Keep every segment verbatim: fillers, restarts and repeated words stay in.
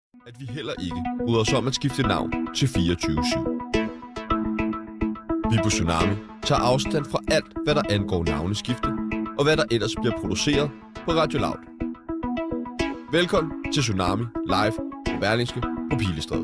at vi heller ikke bryder os om at skifte navn til fireogtyve syv. Vi på Tsunami tager afstand fra alt, hvad der angår navneskifte, og hvad der ellers bliver produceret på Radio Loud. Velkommen til Tsunami live på Berlingske på Pilestræde.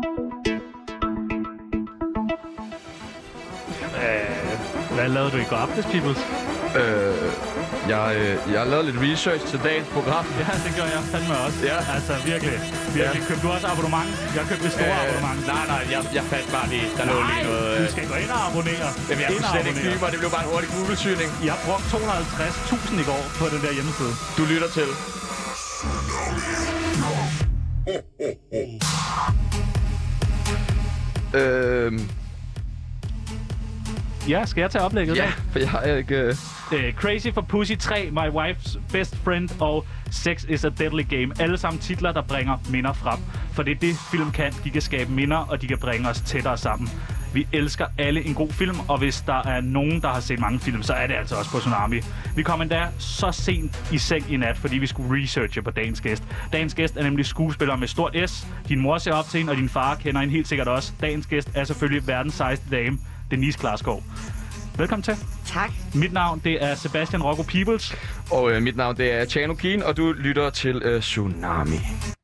Øh, hvad lavede du i går aftes, Peoples? Øh, jeg, øh, jeg har lavet lidt research til dagens program. Ja, det gør jeg fandme også. Ja. Altså, virkelig. virkelig. Ja. Købte du også abonnement? Jeg købte det store øh, abonnement. Nej, nej, jeg, jeg fandt bare lige, der lå lige noget... Øh... du skal gå ind og abonnere. Jamen, jeg kunne slet ikke knibe mig, det blev bare en hurtig Google-søgning. Jeg har brugt to hundrede og halvtreds tusind i går på den der hjemmeside. Du lytter til... Øhm... Ja, skal jeg tage oplægget? Ja, for jeg har ikke... Øh... Uh, Crazy for Pussy tre, My Wife's Best Friend og Sex is a Deadly Game. Alle sammen titler, der bringer minder frem. For det er det, film kan. De kan skabe minder, og de kan bringe os tættere sammen. Vi elsker alle en god film, og hvis der er nogen, der har set mange film, så er det altså også på Tsunami. Vi kom endda så sent i seng i nat, fordi vi skulle researche på dagens gæst. Dagens gæst er nemlig skuespiller med stort S. Din mor ser op til hende, og din far kender hende helt sikkert også. Dagens gæst er selvfølgelig verdens sejeste dame, Denise Klarskov. Velkommen til. Tak. Mit navn, det er Sebastian Rocco Peoples. Og øh, mit navn, det er Chano Keen, og du lytter til øh, Tsunami.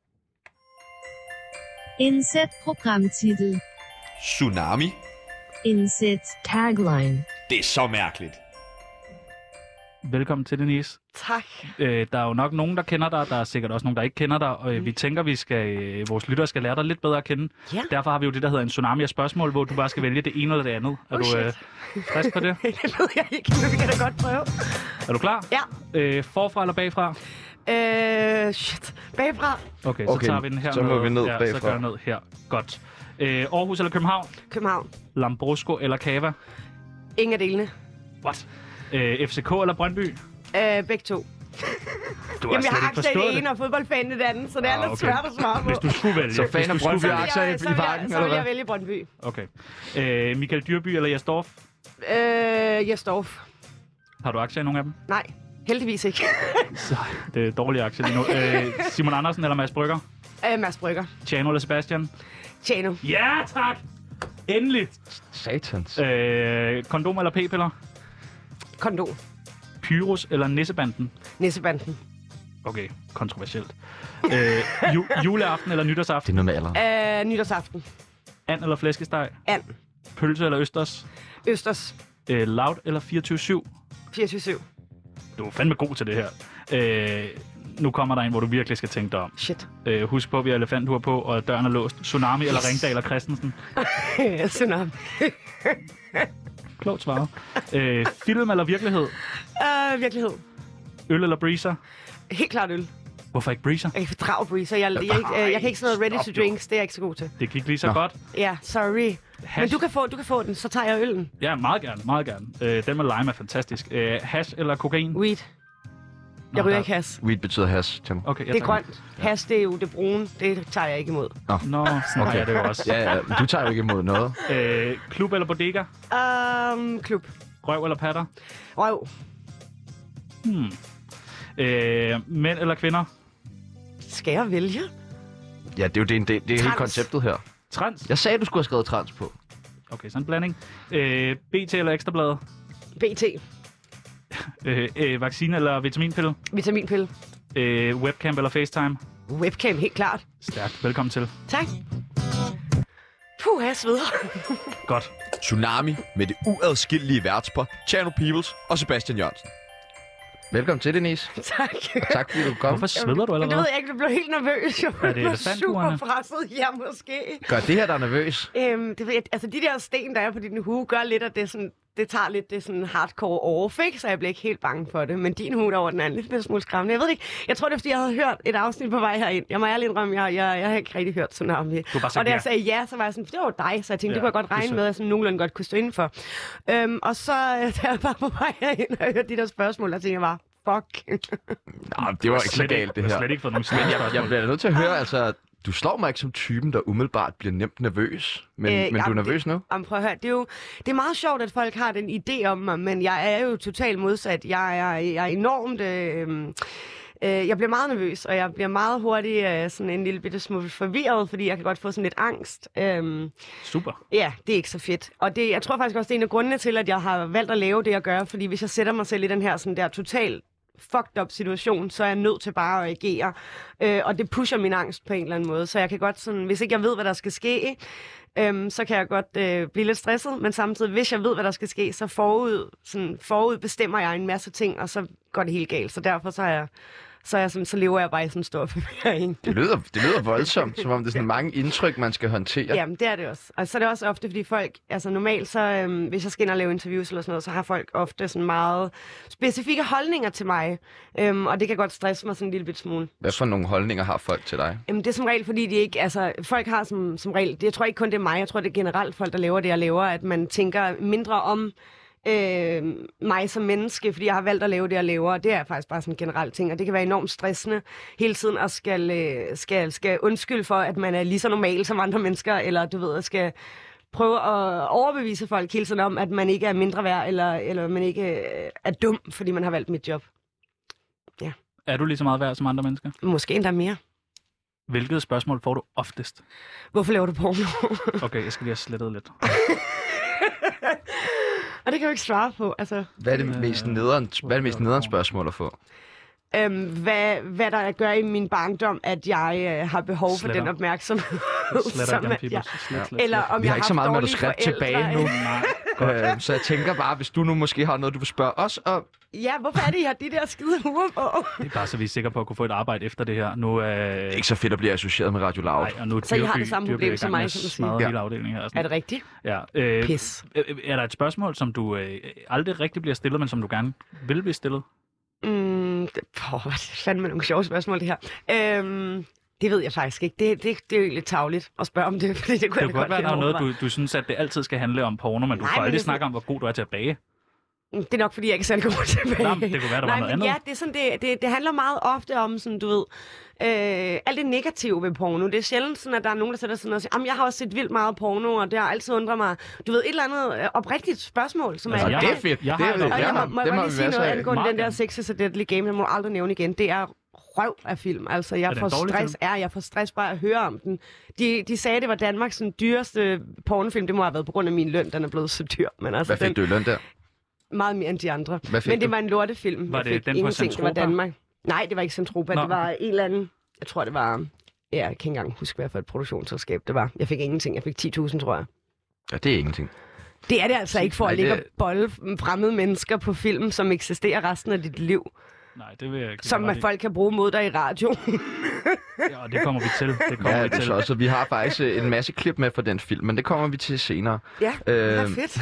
Indsæt programtitel. Tsunami? Indsæt tagline. Det er så mærkeligt. Velkommen til, Denise. Tak. Øh, der er jo nok nogen, der kender dig. Der er sikkert også nogen, der ikke kender dig. Og øh, vi tænker, vi skal, øh, vores lyttere skal lære dig lidt bedre at kende. Ja. Derfor har vi jo det, der hedder en tsunami af spørgsmål, hvor du bare skal vælge det ene eller det andet. Er Oh, du øh, frisk på det? Det ved jeg ikke, men vi kan da godt prøve. Er du klar? Ja. Øh, forfra eller bagfra? Øh, shit. Bagfra. Okay, så Okay, tager vi den her så må vi ned ja, bagfra. så gør jeg ned her. Godt. Øh, Aarhus eller København? København. Lambrusco eller Cava? Ingen af delene. What? Øh, F C K eller Brøndby? Øh, begge to. Du Jamen, jeg har ikke aktier i forstået det ene og fodboldfan i det andet, så det er Ah, lidt okay. svært at svare på. Hvis du skulle vælge. Så fan Hvis af du skulle Brøndby vælge. aktier i, jeg, så i vil parken, jeg, så eller vil hvad? jeg vælge Brøndby. Okay. Øh, Michael Dyrby eller Jesdorf? Øh, Jesdorf. Har du aktier i nogen af dem? Nej, heldigvis ikke. Så det er dårlige aktier lige nu. Øh, Simon Andersen eller Mads Brygger? øh, Mads Brygger. Tjano eller Sebastian? Tjano. Ja, tak! Endelig! Satans. Øh, kondom eller p-piller? Kondom. Pyrus eller Nissebanden? Nissebanden. Okay, kontroversielt. Øh, ju- juleaften eller Det nytårsaften? er noget med alderen. Øh, nytårsaften. And eller flæskesteg? And. Pølse eller østers? Østers. Øh, loud eller fireogtyve syv? fireogtyve syv. Du er fandme god til det her. Øh, nu kommer der en, hvor du virkelig skal tænke dig om. Shit. Øh, husk på, at vi har elefanthuer på, og døren er låst. Tsunami eller Ringdal eller Christensen? Tsunami. Klogt svaret. Øh, film eller virkelighed? Øh, virkelighed. Øl eller breezer? Helt klart øl. Hvorfor ikke breezer? Jeg kan fordrage breezer. Jeg, jeg, jeg, jeg, jeg kan ikke sådan noget ready to drinks. Det er jeg ikke så god til. Det gik lige så Nå. godt. Ja, sorry. Hash. Men du kan få, du kan få den, så tager jeg øllen. Ja, meget gerne, meget gerne. Øh, den med lime er fantastisk. Øh, hash eller kokain? Weed. Jeg Nå, ryger der- ikke has. Weed betyder hash, Tim. Okay, jeg Det er tager grønt. Has, det er jo det brune. Det tager jeg ikke imod. den. Nå, sådan okay. er det jo også. Ja, ja, du tager jo ikke imod noget. Øh, klub eller bodega? Um, klub. Røv eller patter? Røv. Hmm. Øh, mænd eller kvinder? Skal jeg vælge? Ja, det er jo det, det, det er hele Trans. konceptet her. Trans? Jeg sagde, du skulle have skrevet trans på. Okay, sådan en blanding. Øh, B T eller Ekstrabladet? B T. Øh, øh, vaccine eller vitaminpille? Vitaminpille. Øh, webcam eller FaceTime? Webcam, helt klart. Stærkt. Velkommen til. Tak. Puh, jeg sveder. Godt. Tsunami med det uadskillelige værtspar Chano Peoples og Sebastian Jørgensen. Velkommen til, Denise. Tak. Tak fordi du kom. Hvorfor sveder du Men det allerede? ved jeg ikke, du blev helt nervøs. Jeg Er det blev elefanthuerne? super presset her, måske. Gør det her, der er nervøs. Øhm, det ved jeg, altså de der sten, der er på din hue, gør lidt, at det, sådan, det tager lidt det sådan hardcore off, ikke? Så jeg bliver ikke helt bange for det. Men din hue derovre, den er en lille smule skræmmende. Jeg ved det ikke. Jeg tror, det er, fordi jeg havde hørt et afsnit på vej herind. Jeg må ærligt indrømme, jeg, jeg, jeg har ikke rigtig hørt Tsunami. Du har bare sagt Og da ja. jeg sagde ja, så var jeg sådan, det var dig. Så jeg tænkte, Ja, det kunne jeg godt det er regne sødt. med, at jeg sådan nogenlunde godt kunne stå indenfor. Øhm, og så øh, da jeg var på vej herind og hørte de der spørgsmål, der tænkte jeg bare, fuck. Nå, det var ikke så Slet galt, det Jeg her. har slet ikke fået nogen Men jeg, jeg spørgsmål. bliver nødt til at høre, altså, du slår mig ikke som typen, der umiddelbart bliver nemt nervøs. Men, Øh, men du er jamen, nervøs nu? Jamen, prøv at høre. Det er jo det er meget sjovt, at folk har den idé om mig, men jeg er jo totalt modsat. Jeg er, jeg er enormt... Øh, Øh, jeg bliver meget nervøs, og jeg bliver meget hurtigt øh, sådan en lille bitte smule forvirret, fordi jeg kan godt få sådan lidt angst. Øhm, Super. Ja, det er ikke så fedt. Og det, jeg tror faktisk også, det er en af grundene til, at jeg har valgt at lave det, jeg gør. Fordi hvis jeg sætter mig selv i den her sådan der total fucked up situation, så er jeg nødt til bare at agere. Øh, og det pusher min angst på en eller anden måde. Så jeg kan godt sådan, hvis ikke jeg ved, hvad der skal ske, øhm, så kan jeg godt øh, blive lidt stresset. Men samtidig, hvis jeg ved, hvad der skal ske, så forud, sådan, forud bestemmer jeg en masse ting, og så går det helt galt. Så derfor så er jeg... Så, er jeg sådan, så lever jeg bare i sådan en stor forvirring. Det lyder, det lyder voldsomt, som om det er sådan mange indtryk, man skal håndtere. Jamen, det er det også. Og så er det også ofte, fordi folk... Altså normalt, så øhm, hvis jeg skal ind og lave interviews eller sådan noget, så har folk ofte sådan meget specifikke holdninger til mig. Øhm, og det kan godt stresse mig sådan en lille bit smule. Hvad for nogle holdninger har folk til dig? Jamen, det er som regel, fordi de ikke... Altså, folk har som, som regel... Jeg tror ikke kun det er mig. Jeg tror, det er generelt folk, der laver det, jeg laver. At man tænker mindre om... Øh, mig som menneske, fordi jeg har valgt at lave det, jeg laver, og det er faktisk bare sådan en generel ting, og det kan være enormt stressende hele tiden at skal, øh, skal, skal undskylde for, at man er lige så normal som andre mennesker, eller du ved, skal prøve at overbevise folk hele tiden om, at man ikke er mindre værd, eller, eller man ikke øh, er dum, fordi man har valgt mit job. Ja. Er du lige så meget værd som andre mennesker? Måske endda mere. Hvilket spørgsmål får du oftest? Hvorfor laver du porno? Okay, jeg skal lige have slettet lidt. Og det kan du ikke svare på. Altså, Hvad er det mest nederen, hvad er det mest nederen spørgsmål at få? øhm, hvad, hvad der gør i min barndom, at jeg øh, har behov Sletter. for den opmærksomhed. Sletter som, igen, at- people. ja. Slet, slet, Eller slet. om Vi jeg har ikke så haft meget dårlige manuskript forældre. tilbage nu. Nej. Øh, så jeg tænker bare, hvis du nu måske har noget, du vil spørge os om. Ja, hvorfor er det, I har de der skide huer på? Det er bare så vi er sikre på at kunne få et arbejde efter det her. Nu er... Det er ikke så fedt at blive associeret med Radio Loud. Nej, og nu er Så I har Dyrby- det samme Dyrby problem i som gang mig, med at kan du sige. smadre Ja. hele afdelingen her. og Er sådan. det rigtigt? Ja. Øh, Pis. øh, Er der et spørgsmål, som du øh, aldrig rigtig bliver stillet, men som du gerne vil blive stillet? Mm, det, åh, hvad fandme nogle sjove spørgsmål, det her. Øhm, det ved jeg faktisk ikke. Det, det, det er jo lidt tarveligt at spørge om det, fordi det kunne Det jeg kunne godt være, lide der er noget, overveje. du, du synes, at det altid skal handle om porno, men du Nej, får men aldrig det er snakke om, hvor god du er til at bage. Det er nok, fordi jeg ikke er særlig god til at bage. Nå, men det kunne være, der var Nej, noget men andet. ja, det, er sådan, det, det, det handler meget ofte om, sådan, du ved, øh, alt det negative ved porno. Det er sjældent sådan, at der er nogen, der sætter sådan noget og siger, jamen, jeg har også set vildt meget porno, og det har altid undret mig. Du ved, et eller andet øh, oprigtigt spørgsmål, som Altså, er... jeg det har- er fedt. jeg Det har er- noget- Og ja, jeg må, må, det jeg må godt vi lige sige være så noget af. angående Meget den der gerne. Sex is a Deadly Game, jeg må aldrig nævne igen. Det er røv af film. Altså, jeg Er det en får dårlig stress. film? Er, jeg får stress bare at høre om den. De, de sagde, det var Danmarks sådan, dyreste pornofilm. Det må have været på grund af min løn, den er blevet så dyr. Men altså, Hvad fik du i løn der? meget mere end de andre. Hvad fik Men det du? var en lortefilm. Var Jeg det fik den fra ingenting. Det var Centropa? Danmark. Nej, det var ikke Centropa. Nå. Det var en eller anden... Jeg tror, det var... Ja, jeg kan ikke engang huske, hvad for et produktionsselskab det var. Jeg fik ingenting. Jeg fik ti tusind, tror jeg. Ja, det er ingenting. Det er det altså ikke for Nej, at ligge det- og bolle fremmede mennesker på film, som eksisterer resten af dit liv. Nej, det vil jeg ikke. Som man folk kan bruge mod dig i radio. Ja, og det kommer vi til. Det kommer Ja, vi det er til. så også. Vi har faktisk øh, en masse klip med fra den film, men det kommer vi til senere. Ja, det er Øhm, fedt.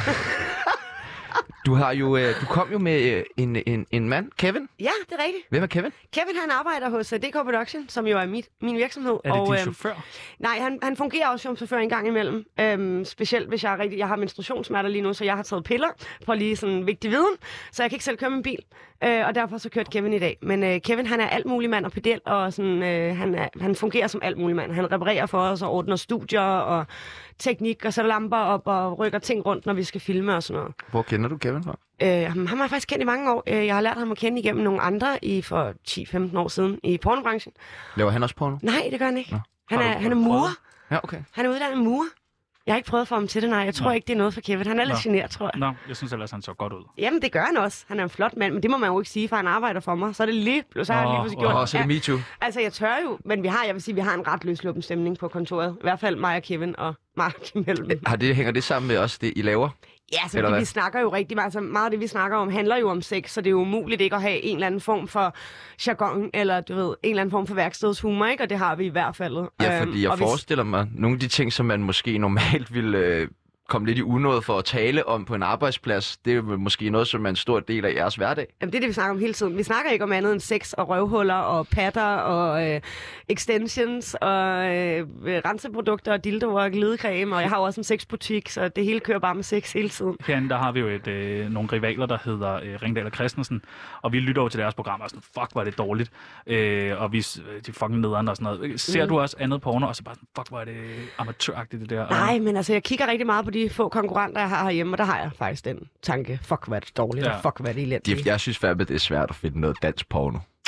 Du har jo, øh, du kom jo med øh, en, en, en mand, Kevin. Ja, det er rigtigt. Hvem er Kevin? Kevin, han arbejder hos uh, D K Production, som jo er mit, min virksomhed. Er det og, din øhm, chauffør? Nej, han, han fungerer også som chauffør en gang imellem. Øhm, specielt hvis jeg er rigtig... Jeg har menstruationssmerter lige nu, så jeg har taget piller for lige sådan vigtig viden. Så jeg kan ikke selv køre min bil. Øh, og derfor så kørte Kevin i dag. Men øh, Kevin, han er alt mulig mand og pedel, og sådan, øh, han, er, han fungerer som alt mulig mand. Han reparerer for os og ordner studier og teknik og sætter lamper op og rykker ting rundt, når vi skal filme og sådan noget. Hvor kender du Kevin fra? Øh, ham ham har jeg faktisk kendt i mange år. Øh, Jeg har lært ham at kende igennem nogle andre i for ti femten år siden i pornobranchen. Laver han også porno? Nej, det gør han ikke. Nå. Han Har er, du- han er har du murer. prøvet? Ja, okay. Han er uddannet murer. Jeg har ikke prøvet at få ham til det, nej. Jeg tror Nå. ikke, det er noget for Kevin. Han er lidt Nå. genert, tror jeg. Nå, jeg synes ellers, han så godt ud. Jamen, det gør han også. Han er en flot mand, men det må man jo ikke sige, for han arbejder for mig. Så er det lige, så har han lige Åh, pludselig åh, gjort. Og så er det Me Too. Altså, jeg tør jo, men vi har, jeg vil sige, vi har en ret løsluppen stemning på kontoret. I hvert fald mig og Kevin og Mark imellem. Har det, hænger det sammen med også det, I laver? Ja, så Eller det, hvad? vi snakker jo rigtig meget. Altså, meget af det, vi snakker om, handler jo om sex, så det er jo umuligt ikke at have en eller anden form for jargon, eller du ved, en eller anden form for værkstedshumor, ikke? Og det har vi i hvert fald. Ja, Øhm, fordi jeg og hvis- forestiller mig, nogle af de ting, som man måske normalt ville øh, komme lidt i unåde for at tale om på en arbejdsplads, det er jo måske noget, som er en stor del af jeres hverdag. Jamen, det er det, vi snakker om hele tiden. Vi snakker ikke om andet end sex og røvhuller og patter og øh, extensions og øh, renseprodukter og dildoer og glidecreme. Og jeg har jo også en sexbutik, så det hele kører bare med sex hele tiden. Herinde, der har vi jo et, øh, nogle rivaler, der hedder øh, Ringdal og Christensen, og vi lytter jo til deres program og sådan, fuck, hvor er det dårligt, øh, og vi øh, de fucking nederen og sådan noget. Ser Mm. du også andet porno, og så bare sådan, fuck, hvor er det amatøragtigt, det der? Og- Nej, men altså, jeg kigger rigtig meget på de få konkurrenter, jeg har herhjemme, og der har jeg faktisk den tanke. Fuck, hvad er det dårligt, Ja. og fuck, hvad er det elendigt. De, jeg synes fandme, det er svært at finde noget dansk porno.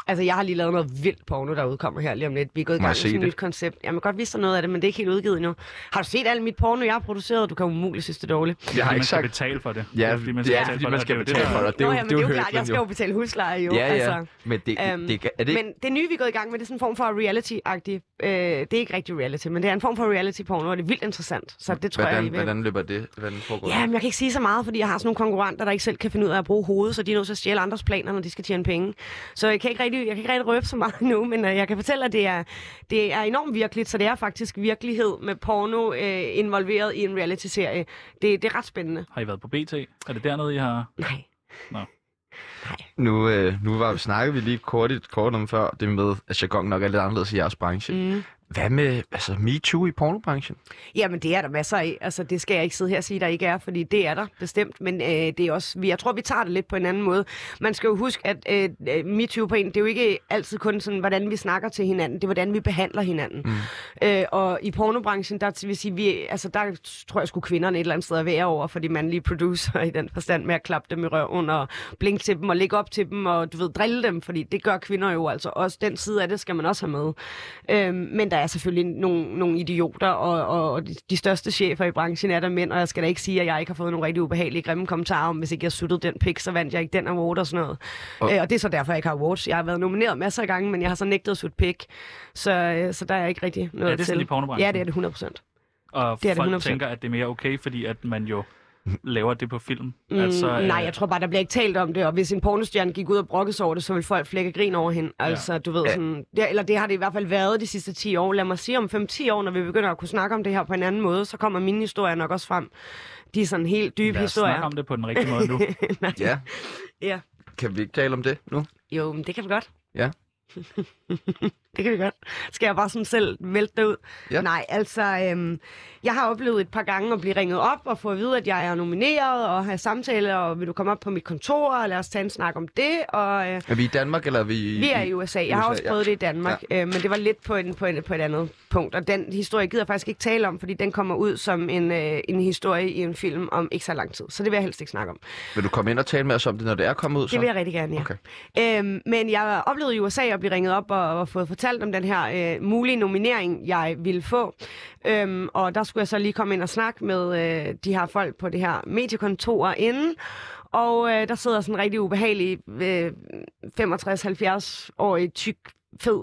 Altså, jeg har lige lavet noget vildt porno, der udkommer her lige om lidt. Vi er gået i gang med sådan et nyt koncept. Jeg må godt vise dig noget af det, men det er ikke helt udgivet endnu. Har du set alt mit porno, jeg har produceret? Du kan umuligt synes, det er dårligt. Jeg har man ikke skal sagt... betale for det. Ja, fordi man det er, skal fordi betale man for skal det. betale for det. Nå, ja, men det er jo klart, jeg skal jo betale husleje jo. Ja, ja. Altså, Men det, øhm, det, er det ikke... Men det nye, vi er gået i gang med, det er sådan en form for reality-agtig. Øh, det er ikke rigtig reality, men det er en form for reality-porno, og det er vildt interessant. Så det tror hvordan, jeg, I vil. hvordan løber det? Hvordan foregår Ja, men jeg kan ikke sige så meget, fordi jeg har sådan nogle konkurrenter, der ikke selv kan finde ud af at bruge hovedet, så de er nødt til at stjæle andres planer, når de skal tjene penge. Så jeg kan ikke rigtig, jeg kan ikke rigtig røbe så meget nu, men øh, jeg kan fortælle, at det er, det er enormt virkeligt, så det er faktisk virkelighed med porno øh, involveret i en reality-serie. Det, det er ret spændende. Har I været på B T? Er det dernede, I har... Nej. Nå. Nej. Nu, øh, nu var, snakkede vi lige kort, kort om før, det med, at jargon nok er lidt anderledes i jeres branche. Mm. Hvad med altså, MeToo i pornobranchen? Jamen, det er der masser af. Altså, det skal jeg ikke sidde her og sige, der ikke er, fordi det er der bestemt. Men øh, det er også, jeg tror, vi tager det lidt på en anden måde. Man skal jo huske, at øh, MeToo på en, det er jo ikke altid kun sådan, hvordan vi snakker til hinanden. Det er, hvordan vi behandler hinanden. Mm. Øh, og i pornobranchen, der vil sige, vi, altså, der tror jeg sgu kvinderne et eller andet sted er værre over for de mandlige producer i den forstand med at klappe dem i røven og blinke til dem og lægge op til dem og, du ved, drille dem, fordi det gør kvinder jo altså også. Den side af det skal man også have med. Øh, men der er selvfølgelig nogle, nogle idioter, og, og de, de største chefer i branchen er der mænd, og jeg skal da ikke sige, at jeg ikke har fået nogle rigtig ubehagelige, grimme kommentarer om, hvis ikke jeg suttede den pik, så vandt jeg ikke den award og sådan noget. Og, øh, og det er så derfor, jeg ikke har awards. Jeg har været nomineret masser af gange, men jeg har så nægtet at sutte pik, så, så der er ikke rigtig noget til. Er det sådan i pornobranchen? Ja, det er det hundrede procent. Og det er det folk hundrede procent. tænker, at det er mere okay, fordi at man jo laver det på film. Mm, altså, øh... nej, jeg tror bare, der bliver ikke talt om det, og hvis en pornostjerne gik ud og brokkes over det, så ville folk flække grin over hende. Altså, ja. du ved sådan... Det, eller det har det i hvert fald været de sidste ti år. Lad mig sige, om fem til ti år, når vi begynder at kunne snakke om det her på en anden måde, så kommer mine historier nok også frem. De er sådan helt dybe Lad os historier. snakke om det på den rigtige måde nu. Ja. Ja. Kan vi ikke tale om det nu? Jo, men det kan vi godt. Ja. Det kan vi godt. Skal jeg bare sådan selv vælte det ud? Ja. Nej, altså, øhm, jeg har oplevet et par gange at blive ringet op og få at vide, at jeg er nomineret og have samtaler, og vil du komme op på mit kontor, og lad os tage en snak om det. Og, øh, Er vi i Danmark, eller er vi i... vi er i U S A. Jeg U S A, har også prøvet ja. det i Danmark, ja. øh, men det var lidt på, en, på, en, på et andet punkt. Og den historie gider jeg faktisk ikke tale om, fordi den kommer ud som en, øh, en historie i en film om ikke så lang tid. Så det vil jeg helst ikke snakke om. Vil du komme ind og tale med os om det, når det er kommet ud? Så? Det vil jeg rigtig gerne, ja. Okay. Øhm, men jeg oplevede i U S A at blive ringet op og, og fået fortalt om den her øh, mulige nominering, jeg ville få. Øhm, og der skulle jeg så lige komme ind og snakke med øh, de her folk på det her mediekontor inden. Og øh, der sidder sådan en rigtig ubehagelig øh, femogtres halvfjerds-årig, tyk, fed,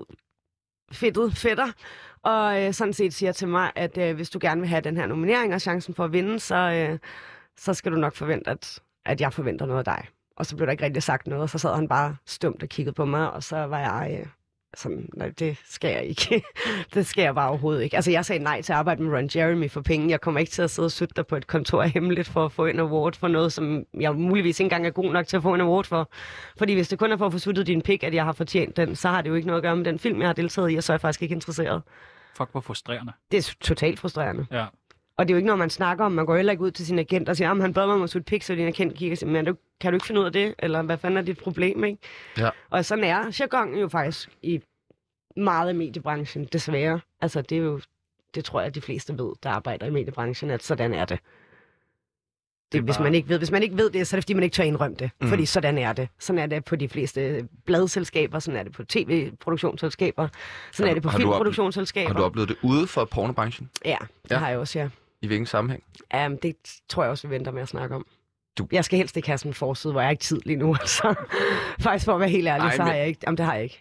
fedtet fætter. Og øh, sådan set siger til mig, at øh, hvis du gerne vil have den her nominering og chancen for at vinde, så, øh, så skal du nok forvente, at, at jeg forventer noget af dig. Og så blev der ikke rigtig sagt noget, og så sad han bare stumt og kiggede på mig, og så var jeg øh, sådan, nej, det skal jeg ikke. Det skal jeg bare overhovedet ikke. Altså, jeg sagde nej til at arbejde med Ron Jeremy for penge. Jeg kommer ikke til at sidde og sutte der på et kontor hemmeligt for at få en award for noget, som jeg muligvis ikke engang er god nok til at få en award for. Fordi hvis det kun er for at få suttet din pik, at jeg har fortjent den, så har det jo ikke noget at gøre med den film, jeg har deltaget i, og så er jeg faktisk ikke interesseret. Fuck, hvor frustrerende. Det er totalt frustrerende. Ja. Og det er jo ikke noget, man snakker om. Man går heller ikke ud til sin agent og siger, at han bad mig om at sutte pik, så din agent kigger og siger, men kan du ikke finde ud af det? Eller hvad fanden er dit problem, ikke? Ja. Og sådan er jargon jo faktisk i meget af mediebranchen, desværre. Altså, det er jo, det tror jeg, at de fleste ved, der arbejder i mediebranchen, at sådan er det. det, det er hvis, bare... man ikke ved, hvis man ikke ved det, så er det, fordi man ikke tør indrømme det. Mm. Fordi sådan er det. Sådan er det på de fleste bladselskaber, sådan er det på tv-produktionsselskaber, sådan har, er det på har filmproduktionsselskaber. Har du oplevet det ude for pornobranchen? Ja, det Ja. har jeg også, ja. I hvilken sammenhæng? Um, det tror jeg også, vi venter med at snakke om. Du... Jeg skal helst ikke have sådan en forside, hvor jeg ikke tid lige nu. Altså. Faktisk for at være helt ærlig, Ej, så har men... jeg ikke... Jamen, det har jeg ikke.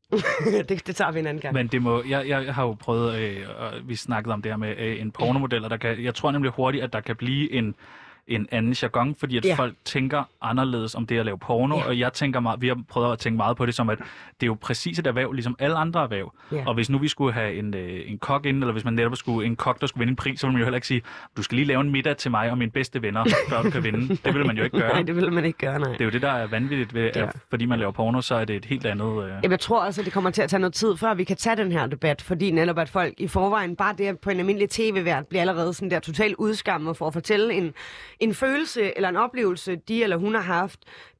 det, det tager vi en anden gang. Men det må, jeg, jeg har jo prøvet, øh, og vi snakkede om det her med øh, en pornomodel, og der kan, jeg tror nemlig hurtigt, at der kan blive en, en anden jargon, fordi at Ja. folk tænker anderledes om det at lave porno, Ja. og jeg tænker meget, vi har prøvet at tænke meget på det som, at det er jo præcis et erhverv, ligesom alle andre erhverv. Ja. Og hvis nu vi skulle have en, øh, en kok ind, eller hvis man netop skulle en kok, der skulle vinde en pris, så ville man jo heller ikke sige, du skal lige lave en middag til mig og mine bedste venner, før du kan vinde. Det ville man jo ikke gøre. Nej, det vil man ikke gøre, nej. Det er jo det, der er vanvittigt ved, Ja. at fordi man laver porno, så er det et helt andet... Øh... Jamen, jeg tror også, at det kommer til at tage noget tid, før vi kan tage den her debat, fordi netop at folk i forvejen, bare det på en almindelig tv-vært, bliver allerede sådan der totalt udskammet for at fortælle en, en følelse eller en oplevelse, de eller hun har haft,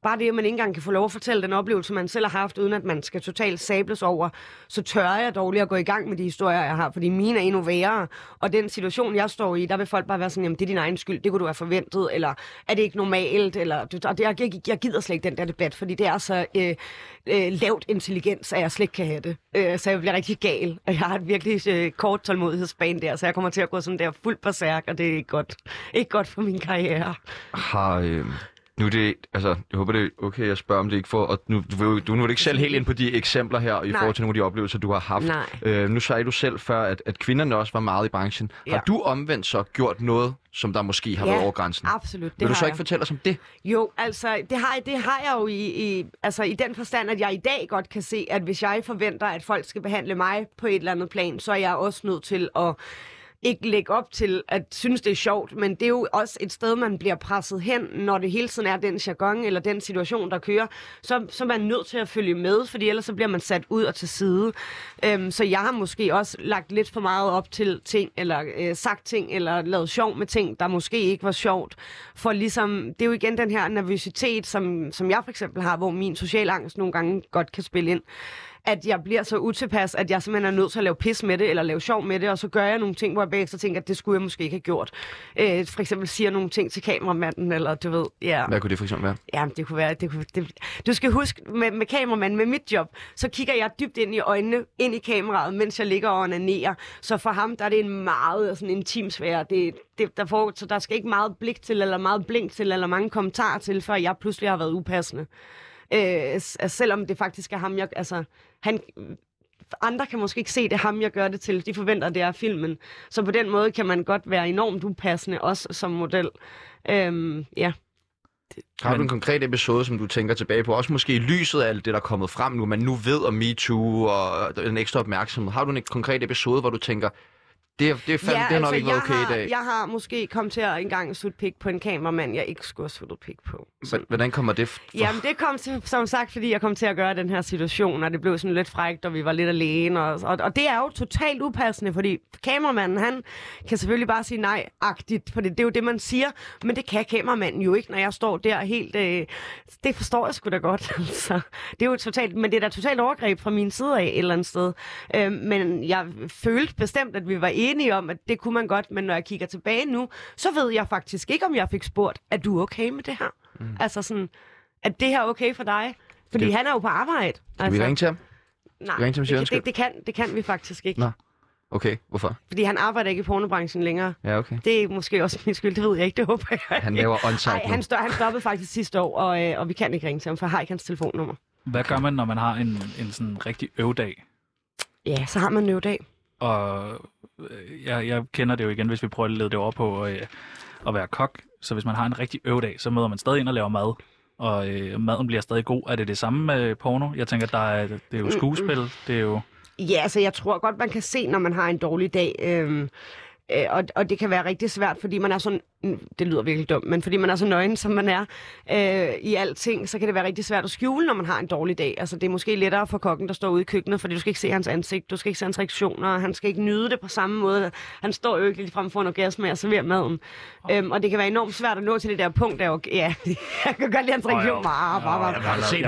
bare det, at man ikke engang kan få lov at fortælle den oplevelse, man selv har haft, uden at man skal totalt sables over, så tør jeg dårligt at gå i gang med de historier, jeg har, fordi mine er endnu værre. Og den situation, jeg står i, der vil folk bare være sådan, jamen det er din egen skyld, det kunne du have forventet, eller er det ikke normalt, eller og det, jeg, jeg gider slet ikke den der debat, fordi det er så øh, øh, lavt intelligens, at jeg slet ikke kan have det. Øh, så jeg bliver rigtig gal, og jeg har et virkelig øh, kort tålmodighedsbane der, så jeg kommer til at gå sådan der fuldt på særk, og det er ikke godt, ikke godt for min karriere. Har... Øh... Nu er det, altså, jeg håber det er okay at spørge om det ikke for, og nu, du, du, nu er det ikke selv helt ind på de eksempler her, i Nej. forhold til nogle af de oplevelser, du har haft. Øh, nu sagde du selv før, at, at kvinderne også var meget i branchen. Ja. Har du omvendt så gjort noget, som der måske har ja, været over grænsen? Absolut. Det Vil du så jeg. ikke fortælle os om det? Jo, altså, det har, det har jeg jo i, i, altså, i den forstand, at jeg i dag godt kan se, at hvis jeg forventer, at folk skal behandle mig på et eller andet plan, så er jeg også nødt til at ikke lægge op til at synes, det er sjovt, men det er jo også et sted, man bliver presset hen, når det hele tiden er den jargon eller den situation, der kører. Så, så er man nødt til at følge med, fordi ellers så bliver man sat ud og til side. Øhm, så jeg har måske også lagt lidt for meget op til ting, eller øh, sagt ting, eller lavet sjov med ting, der måske ikke var sjovt. For ligesom, det er jo igen den her nervøsitet, som, som jeg for eksempel har, hvor min social angst nogle gange godt kan spille ind. At jeg bliver så utilpas, at jeg simpelthen er nødt til at lave pis med det, eller lave sjov med det, og så gør jeg nogle ting, hvor jeg bagefter tænker, at det skulle jeg måske ikke have gjort. Øh, for eksempel siger nogle ting til kameramanden, eller du ved, ja. Hvad kunne det for eksempel være? Ja, det kunne være, det kunne, det, du skal huske, med, med kameramanden, med mit job, så kigger jeg dybt ind i øjnene, ind i kameraet, mens jeg ligger og onanerer. Så for ham, der er det en meget sådan intim sfære. Det, det, der får, så der skal ikke meget blik til, eller meget blink til, eller mange kommentarer til, før jeg pludselig har været upassende. Øh, selvom det faktisk er ham, jeg... Altså, han, andre kan måske ikke se, det er ham, jeg gør det til. De forventer, det er filmen. Så på den måde kan man godt være enormt upassende, også som model. Øhm, ja. Har du en konkret episode, som du tænker tilbage på? Også måske i lyset af alt det, der er kommet frem nu, man nu ved om MeToo og en ekstra opmærksomhed. Har du en konkret episode, hvor du tænker, det er, det er, fandme, ja, det er nok altså, ikke været okay har, i dag? Jeg har måske kommet til at engang sutte pik på en kameramand, jeg ikke skulle have suttet pik på. Hvordan kommer det? For... Jamen, det kom til, som sagt, fordi jeg kom til at gøre den her situation, og det blev sådan lidt frækt, og vi var lidt alene. Og, og, og det er jo totalt upassende, fordi kameramanden, han kan selvfølgelig bare sige nej-agtigt, for det, det er jo det, man siger, men det kan kameramanden jo ikke, når jeg står der helt... Øh, det forstår jeg sgu da godt. Så det er jo totalt, men det er da totalt overgreb fra min side af et eller andet sted. Øh, men jeg følte bestemt, at vi var enige om, at det kunne man godt, men når jeg kigger tilbage nu, så ved jeg faktisk ikke, om jeg fik spurgt, er du okay med det her? Mm. Altså sådan, at det her er okay for dig? Fordi det... han er jo på arbejde. Skal altså... vi ringe til ham? Nej, ringe til ham, det, det, det, kan, det kan vi faktisk ikke. Nå. Okay, hvorfor? Fordi han arbejder ikke i pornobranchen længere. Ja, okay. Det er måske også min skyld, det ved jeg ikke, det håber jeg ikke. Han laver on-site. Nej, han, stod, han stoppede faktisk sidste år, og, øh, og vi kan ikke ringe til ham, for jeg har ikke hans telefonnummer. Hvad gør man, når man har en, en sådan rigtig øvdag? Ja, så har man en øvdag. Og jeg, jeg kender det jo igen, hvis vi prøver at lede det over på øh, at være kok. Så hvis man har en rigtig øvdag, så møder man stadig ind og laver mad. Og øh, maden bliver stadig god. Er det det samme med porno? Jeg tænker, der er, det er jo skuespil. Det er jo... Ja, altså jeg tror godt, man kan se, når man har en dårlig dag. Øhm, øh, og, og det kan være rigtig svært, fordi man er sådan... Det lyder virkelig dumt, men fordi man er så nøgen, som man er øh, i alting, så kan det være rigtig svært at skjule, når man har en dårlig dag. Altså det er måske lettere for kokken, der står ude i køkkenet, fordi du skal ikke se hans ansigt, du skal ikke se hans reaktioner, han skal ikke nyde det på samme måde. Han står jo ikke lige frem for en orgasme og serverer maden. Oh. Øhm, og det kan være enormt svært at nå til det der punkt, der jo... Ja, jeg kan godt lide hans reaktion. Oh, ja. Bare, bare, Jeg har set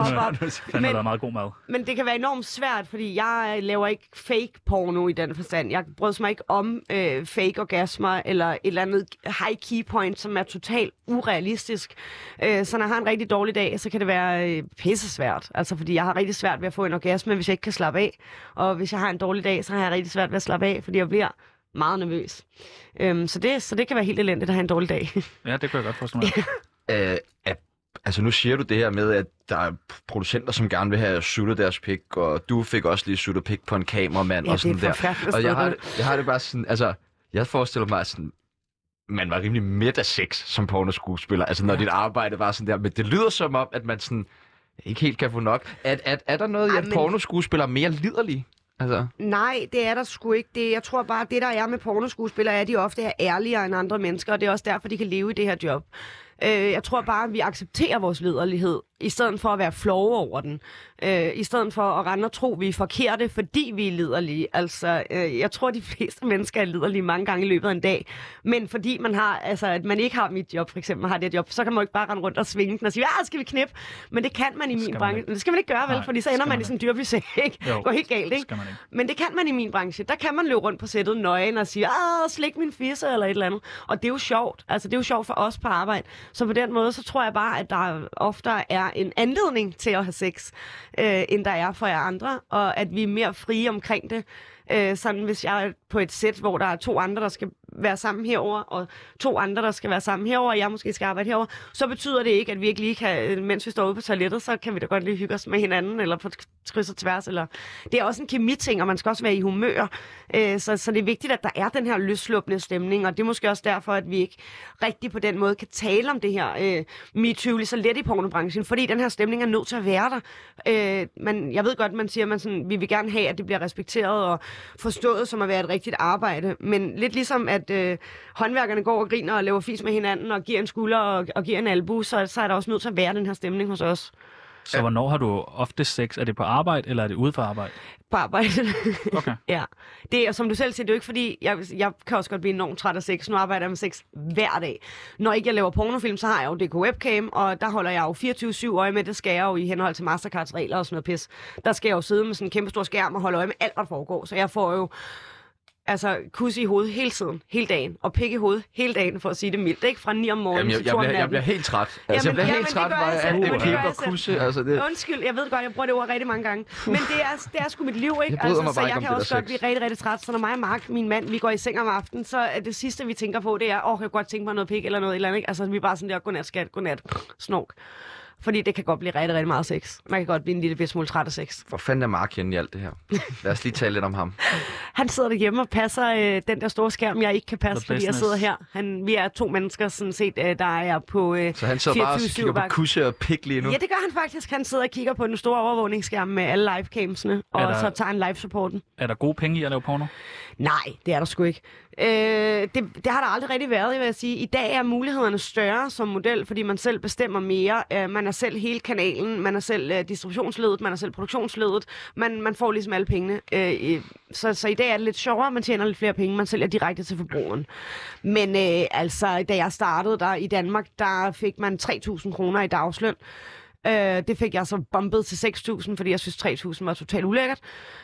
ham. Han har meget god mad. Men det kan være enormt svært, fordi jeg laver ikke fake porno i den forstand. Jeg bryder mig ikke om øh, fake orgasmer eller et eller andet high key point, som er totalt urealistisk. Øh, så når jeg har en rigtig dårlig dag, så kan det være øh, pissesvært. Altså, fordi jeg har rigtig svært ved at få en orgasme, hvis jeg ikke kan slappe af. Og hvis jeg har en dårlig dag, så har jeg rigtig svært ved at slappe af, fordi jeg bliver meget nervøs. Øhm, så, det, så det kan være helt elendigt at have en dårlig dag. Ja, det kan jeg godt forstå mig. øh, altså, nu siger du det her med, at der er producenter, som gerne vil have suttet deres pik, og du fik også lige suttet pik på en kameramand ja, og sådan der. Og jeg har, det. jeg har det bare sådan, altså, jeg forestiller mig sådan, man var rimelig midt af sex som pornoskuespiller, altså når ja. dit arbejde var sådan der, men det lyder som om, at man sådan ikke helt kan få nok. Er, er, er der noget i, at men... pornoskuespillere er mere liderlige? Altså... Nej, det er der sgu ikke. Det, jeg tror bare, at det der er med pornoskuespillere, er, at de ofte er ærligere end andre mennesker, og det er også derfor, de kan leve i det her job. Øh, jeg tror bare, at vi accepterer vores liderlighed, i stedet for at være flove over den. Øh, I stedet for at rende og tro, at vi er forkerte, fordi vi er liderlige. Altså, øh, jeg tror, de fleste mennesker er liderlige mange gange i løbet af en dag. Men fordi man har, altså, at man ikke har mit job, for eksempel, har det job, så kan man jo ikke bare rende rundt og svinge den og sige, ja, skal vi knip? Men det kan man i min branche. Det skal man ikke gøre, vel? Nej, fordi så ender man, man i sådan en dyrbysæk, ikke? Jo, går helt galt, ikke? ikke? Men det kan man i min branche. Der kan man løbe rundt på sættet nøgen og sige, ah, slik min fisse, eller et eller andet. Og det er jo sjovt. Altså, det er jo sjovt for os på arbejde. Så på den måde, så tror jeg bare, at der ofte er en anledning til at have sex, øh, end der er for jer andre, og at vi er mere frie omkring det. Øh, sådan hvis jeg er på et sæt, hvor der er to andre, der skal være sammen herover og to andre, der skal være sammen herover og jeg måske skal arbejde herover, så betyder det ikke, at vi ikke lige kan, mens vi står ude på toilettet, så kan vi da godt lige hygge os med hinanden, eller på kryds og tværs. Eller... Det er også en kemiting, og man skal også være i humør. Øh, så, så det er vigtigt, at der er den her løsluppende stemning, og det er måske også derfor, at vi ikke rigtig på den måde kan tale om det her øh, MeToo lige så let i pornobranchen, fordi den her stemning er nødt til at være der. Øh, man, jeg ved godt, man siger, at man sådan, vi vil gerne have, at det bliver respekteret og forstået som at være et rigtigt arbejde, men lidt ligesom, at øh, håndværkerne går og griner og laver fis med hinanden og giver en skulder og, og giver en albu, så, så er der også nødt til at være den her stemning hos os. Så hvornår har du ofte sex? Er det på arbejde, eller er det ude for arbejde? På arbejde. Okay. Ja. Det er, som du selv siger, det er jo ikke fordi, jeg, jeg kan også godt blive enormt træt af sex. Nu arbejder jeg med sex hver dag. Når ikke jeg laver pornofilm, så har jeg jo D K Webcam, og der holder jeg jo fireogtyve syv øje med. Det skal jeg jo i henhold til Mastercards regler og sådan noget pis. Der skal jeg jo sidde med sådan en kæmpe stor skærm og holde øje med alt, hvad der foregår. Så jeg får jo altså kus i hovedet hele tiden, hele dagen, og pik i hovedet hele dagen, for at sige det mildt, ikke? Fra ni om morgenen jamen, jeg, til to om jeg, natten. jeg bliver helt træt. Altså, Jamen, jeg bliver jamen, helt træt, hvor jeg alt det det pip og kusse. Altså, det... Undskyld, jeg ved godt, jeg bruger det ord rigtig mange gange. Men det er, det er sgu mit liv, ikke? Jeg Altså, så jeg ikke kan også godt blive rigtig, rigtig træt. Så når mig og Mark, min mand, vi går i seng om aftenen, så er det sidste, vi tænker på, det er, åh, oh, jeg kunne godt tænke mig noget pik eller noget eller andet, ikke? Altså, vi er bare sådan der, godnat, skat, godnat, snork. Fordi det kan godt blive rigtig, rigtig meget sex. Man kan godt blive en lille smule træt af sex. Hvor fanden er Mark henne i alt det her? Lad os lige tale lidt om ham. Han sidder derhjemme og passer øh, den der store skærm, jeg ikke kan passe, The fordi business. jeg sidder her. Han, vi er to mennesker, sådan set, øh, der er på øh, Så han sidder bare og kigger på kusse og pik lige nu? Ja, det gør han faktisk. Han sidder og kigger på den store overvågningsskærm med alle livecamsene, og der... så tager han live-supporten. Er der gode penge i at lave porno? Nej, det er der sgu ikke. Øh, det, det har der aldrig rigtig været, vil jeg sige. I dag er mulighederne større som model, fordi man selv bestemmer mere. Øh, man er selv hele kanalen, man er selv øh, distributionsledet, man er selv produktionsledet. Man, man får ligesom alle pengene. Øh, så, så i dag er det lidt sjovere, man tjener lidt flere penge, man sælger direkte til forbrugeren. Men øh, altså, da jeg startede der i Danmark, der fik man tre tusind kroner i dagsløn. Uh, det fik jeg så bumpet til seks tusind, fordi jeg synes tre tusind var totalt ulækkert.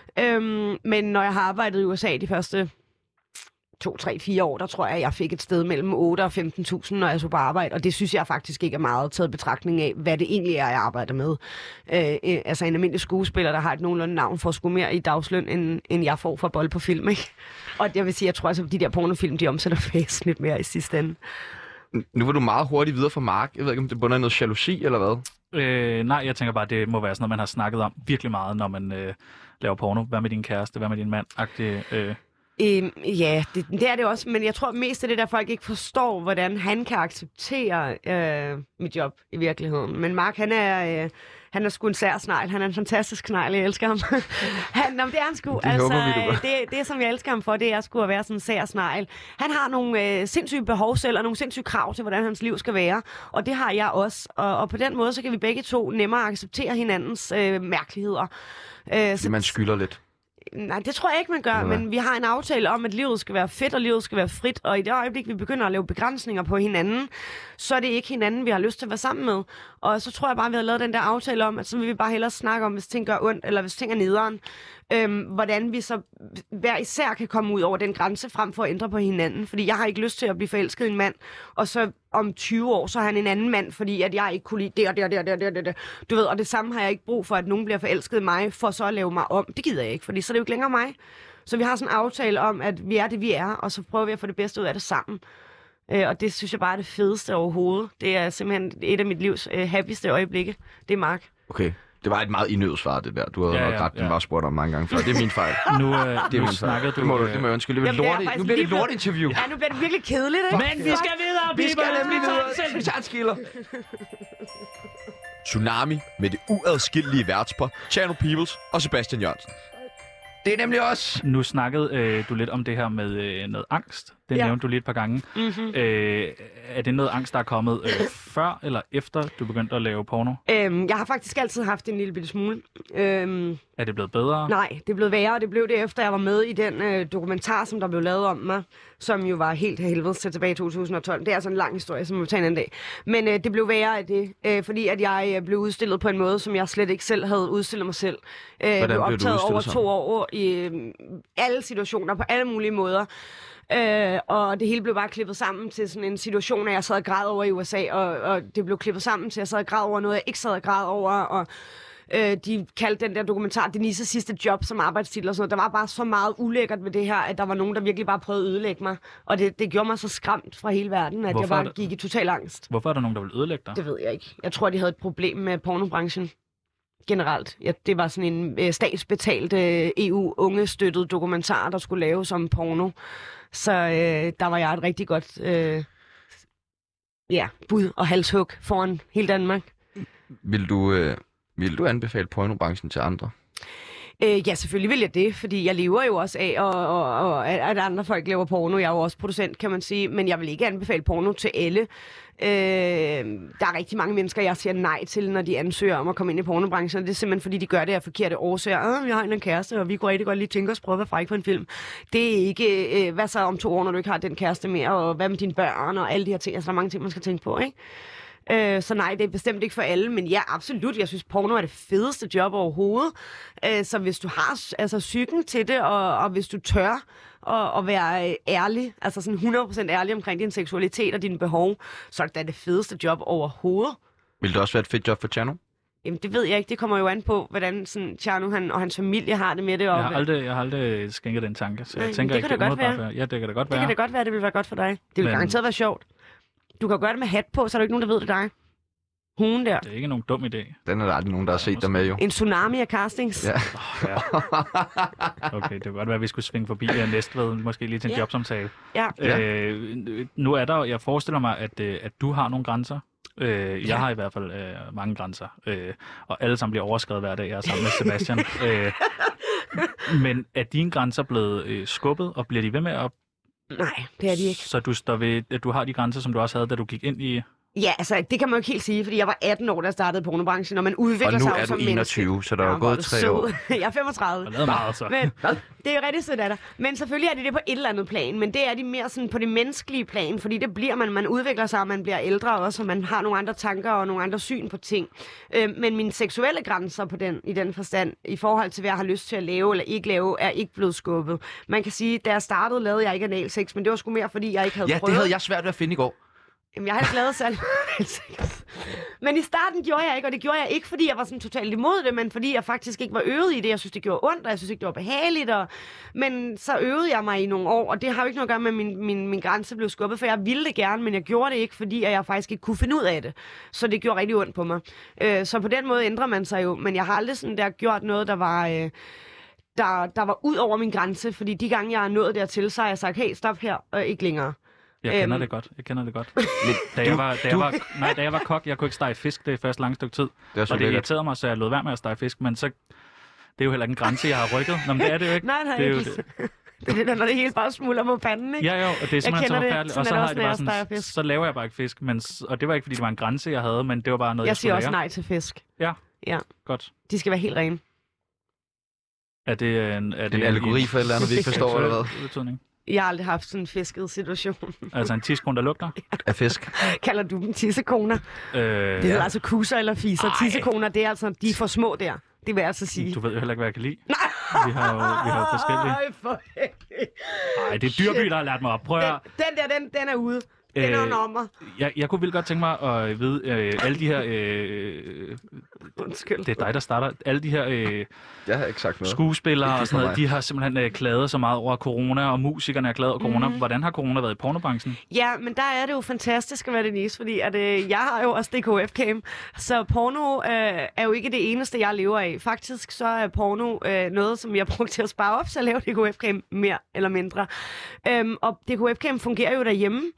Um, men når jeg har arbejdet i U S A de første to, tre, fire år, der tror jeg, jeg fik et sted mellem otte og femten tusind, når jeg så på arbejde. Og det synes jeg faktisk ikke er meget taget betragtning af, hvad det egentlig er, jeg arbejder med. Uh, altså en almindelig skuespiller, der har et nogenlunde navn, får sgu mere i dagsløn, end, end jeg får for bold på film, ikke? Og jeg vil sige, jeg tror altså, at de der pornofilm, de omsætter væsentligt mere i sidste ende. Nu var du meget hurtigt videre fra Mark. Jeg ved ikke, om det bunder i noget jalousi, eller hvad? Øh, nej, jeg tænker bare, det må være sådan noget, man har snakket om virkelig meget, når man øh, laver porno. Hvad med din kæreste? Hvad med din mand? Agtig, øh... Øhm, ja, det, det er det også, men jeg tror mest af det, der folk ikke forstår, hvordan han kan acceptere øh, mit job i virkeligheden. Men Mark, han er... Øh, Han er sgu en sær snegl. Han er en fantastisk knegl. Jeg elsker ham. han, jamen, det er han sgu. Det altså, håber vi, det, det, som jeg elsker ham for, det er sgu at være sådan en sær snegl. Han har nogle øh, sindssyge behov selv, og nogle sindssyge krav til, hvordan hans liv skal være. Og det har jeg også. Og, og på den måde, så kan vi begge to nemmere acceptere hinandens øh, mærkeligheder. Øh, så man skylder lidt. Nej, det tror jeg ikke, man gør, men vi har en aftale om, at livet skal være fedt, og livet skal være frit, og i det øjeblik, vi begynder at lave begrænsninger på hinanden, så er det ikke hinanden, vi har lyst til at være sammen med. Og så tror jeg bare, vi har lavet den der aftale om, at så vil vi bare hellere snakke om, hvis ting gør ondt, eller hvis ting er nederen, øhm, hvordan vi så hver især kan komme ud over den grænse, frem for at ændre på hinanden. Fordi jeg har ikke lyst til at blive forelsket i en mand, og så om tyve år, så er han en anden mand, fordi at jeg ikke kunne lide det og det og det og det, og det, det. Du ved, og det samme har jeg ikke brug for, at nogen bliver forelsket i mig, for så at lave mig om. Det gider jeg ikke, fordi så er det jo ikke længere mig. Så vi har sådan en aftale om, at vi er det, vi er, og så prøver vi at få det bedste ud af det sammen. Øh, og det synes jeg bare er det fedeste overhovedet. Det er simpelthen et af mit livs øh, happieste øjeblikke. Det er Mark. Okay. Det var et meget indøvet svar, det der. Du havde ja, nok ja, ret, den ja. var spurgt om mange gange før. Det er min fejl. Nu, øh, det er nu min snakkede fejl. du... Det må du, det må jeg undskylde. Det, Jamen, lort, det nu bliver det et blevet... lortinterview. Ja, nu bliver det virkelig kedeligt, ikke? Men vi skal videre, Vi skal Bieber. nemlig videre. Vi tager en skiller. Tsunami med det uadskillelige værtspar, Tjerno Peoples og Sebastian Jørgensen. Det er nemlig os. Nu snakkede øh, du lidt om det her med øh, noget angst. Det Ja. nævnte du lige et par gange. Mm-hmm. Øh, er det noget angst, der er kommet øh, før eller efter, du begyndte at lave porno? Øhm, jeg har faktisk altid haft en lille bitte smule. Øhm, Er det blevet bedre? nej, det er blevet værre, og det blev det efter, jeg var med i den øh, dokumentar, som der blev lavet om mig, som jo var helt helvede til tilbage i to tusind og tolv. Det er altså en lang historie, som vi vil tage en anden dag. Men øh, det blev værre af det, øh, fordi at jeg øh, blev udstillet på en måde, som jeg slet ikke selv havde udstillet mig selv. Øh, jeg blev optaget over to år i øh, alle situationer, på alle mulige måder. Øh, og det hele blev bare klippet sammen til sådan en situation, at jeg sad og græd over i U S A, og, og det blev klippet sammen til, at jeg sad og græd over noget, jeg ikke sad og græd over, og øh, de kaldte den der dokumentar Denises sidste job som arbejdstitel og sådan noget. Der var bare så meget ulækkert ved det her, at der var nogen, der virkelig bare prøvede at ødelægge mig, og det, det gjorde mig så skræmt fra hele verden, at Hvorfor jeg bare det? gik i total angst. Hvorfor er der nogen, der vil ødelægge dig? Det ved jeg ikke. Jeg tror, de havde et problem med pornobranchen. Generelt. Ja, det var sådan en øh, statsbetalt øh, E U-ungestøttet dokumentar, der skulle laves om porno. Så øh, der var jeg et rigtig godt øh, ja, bud og halshug foran hele Danmark. Vil du, øh, vil du anbefale pornobranchen til andre? Øh, ja, selvfølgelig vil jeg det, fordi jeg lever jo også af, og, og, og at andre folk laver porno. Jeg er jo også producent, kan man sige, men jeg vil ikke anbefale porno til alle. Øh, der er rigtig mange mennesker, jeg siger nej til, når de ansøger om at komme ind i pornobranchen. Det er simpelthen, fordi de gør det af forkerte årsager. Øh, jeg har en kæreste, og vi kunne rigtig godt lige tænke os at prøve at være fræk på en film. Det er ikke, øh, hvad så om to år, når du ikke har den kæreste mere, og hvad med dine børn, og alle de her ting. Altså, der er mange ting, man skal tænke på, ikke? Øh, så nej, det er bestemt ikke for alle, men ja, absolut. Jeg synes, porno er det fedeste job overhovedet. Øh, så hvis du har altså psyken til det, og, og hvis du tør at, at være øh, ærlig, altså sådan hundrede procent ærlig omkring din seksualitet og dine behov, så er det da det fedeste job overhovedet. Vil det også være et fedt job for Tjerno? Jamen, det ved jeg ikke. Det kommer jo an på, hvordan sådan, Tjerno han, og hans familie har det med det. Og Jeg har aldrig, jeg har aldrig skænket den tanke, så jeg Nej, tænker det ikke, kan det da godt umiddelbart være. være. Ja, det kan da godt det være. kan da godt være, det vil være godt for dig. Det vil Men- garanteret være sjovt. Du kan gøre det med hat på, så er der ikke nogen, der ved det er dig. Hun der. Det er ikke nogen dum idé. Den er der aldrig nogen, der har set dig med, jo. En tsunami af castings. Ja. Ja. Okay, det kan godt være, at vi skulle svinge forbi her Næstved, måske lige til en Ja. jobsamtale. Ja. Ja. Øh, nu er der, jeg forestiller mig, at, øh, at du har nogle grænser. Øh, jeg Ja. har i hvert fald øh, mange grænser, øh, og alle sammen bliver overskrevet hver dag, jeg er sammen med Sebastian. øh, men er dine grænser blevet øh, skubbet, og bliver de ved med at... Nej, det er de ikke. Så du står ved, at du har de grænser, som du også havde, da du gik ind i... Ja, altså, det kan man jo ikke helt sige, fordi jeg var atten år, da jeg startede i pornobranchen, og man udvikler Og nu sig jo er du som enogtyve, menneske. så der er jo hvor gået du tre sød. år. Jeg er femogtredive. Og lavet meget, så. Men det er jo rigtig sødt af dig. Men selvfølgelig er det det på et eller andet plan, men det er de mere sådan på det menneskelige plan, fordi det bliver man, man udvikler sig, og man bliver ældre også, og man har nogle andre tanker og nogle andre syn på ting. Øh, men mine seksuelle grænser på den, i den forstand, i forhold til, hvad jeg har lyst til at lave eller ikke lave, er ikke blevet skubbet. Man kan sige, da jeg startede, lavede jeg ikke analsex, men det var sgu mere, fordi jeg ikke havde Ja, prøvet. det havde jeg svært ved at finde i går. Jamen, jeg har ikke lavet særlig analsex. Men i starten gjorde jeg ikke, og det gjorde jeg ikke, fordi jeg var sådan totalt imod det, men fordi jeg faktisk ikke var øvet i det. Jeg synes, det gjorde ondt, og jeg synes ikke, det var behageligt. Og... Men så øvede jeg mig i nogle år, og det har jo ikke noget at gøre med, at min, min, min grænse blev skubbet, for jeg ville det gerne, men jeg gjorde det ikke, fordi jeg faktisk ikke kunne finde ud af det. Så det gjorde rigtig ondt på mig. Øh, så på den måde ændrer man sig jo, men jeg har aldrig sådan der gjort noget, der var... Øh, der, der var ud over min grænse, fordi de gange, jeg er nået dertil, så har jeg sagt, hey, stop her, og ikke længere. Jeg kender Øhm. det godt. Jeg kender det godt. Da jeg var, da jeg var, nej, da jeg var kok, jeg kunne ikke stege fisk det første lange stykke tid. Det er så Og det lækkert. irriterede mig, så jeg lod være med at stege fisk, men så... Det er jo heller ikke en grænse, jeg har rykket. Nå, men det er det jo ikke. Nej, nej, det er jo ikke. det. Det er det der, når det hele bare smuldrer på panden, ikke? Ja, jo, og det er simpelthen så kender det. forfærdeligt. Sådan Og så er det har også, jeg det når bare jeg sådan, steger fisk. så laver jeg bare ikke fisk, men, s- og det var ikke, fordi det var en grænse, jeg havde, men det var bare noget, jeg, Jeg siger skulle også lære. nej til fisk. Ja, Ja, godt. de skal være helt rene. Er det en, er det En allegori for et eller andet, vi ikke forstår, eller hvad? Betydning? Jeg har aldrig haft sådan en fisket situation. Altså en tidskone, der lugter? Af fisk. Kalder du dem tissekoner? Øh, Det hedder altså kusser eller fiser. Ej. Tissekoner, det er altså, de er for små der. Det vil jeg altså sige. Du ved jo heller ikke, hvad jeg kan lide. Vi har jo, vi har jo forskellige. Ej, for Nej, det er Dyrby, der har lært mig op. Prøv at høre. den, den der, den, den er ude. Den er Øh, en ommer. Jeg, jeg kunne vildt godt tænke mig at vide, øh, alle de her... Øh, Undskyld. det er dig, der starter. Alle de her øh, Jeg har ikke sagt noget. skuespillere og sådan noget, mig. de har simpelthen øh, klaget så meget over corona, og musikerne har klaget over corona. Mhm. Hvordan har corona været i pornobranchen? Ja, men der er det jo fantastisk at være Denise, fordi at, øh, jeg har jo også D K F-cam, så porno øh, er jo ikke det eneste, jeg lever af. Faktisk så er porno øh, noget, som jeg har brugt til at spare op, så jeg laver D K F-cam mere eller mindre. Øhm, og D K F-cam fungerer jo derhjemme,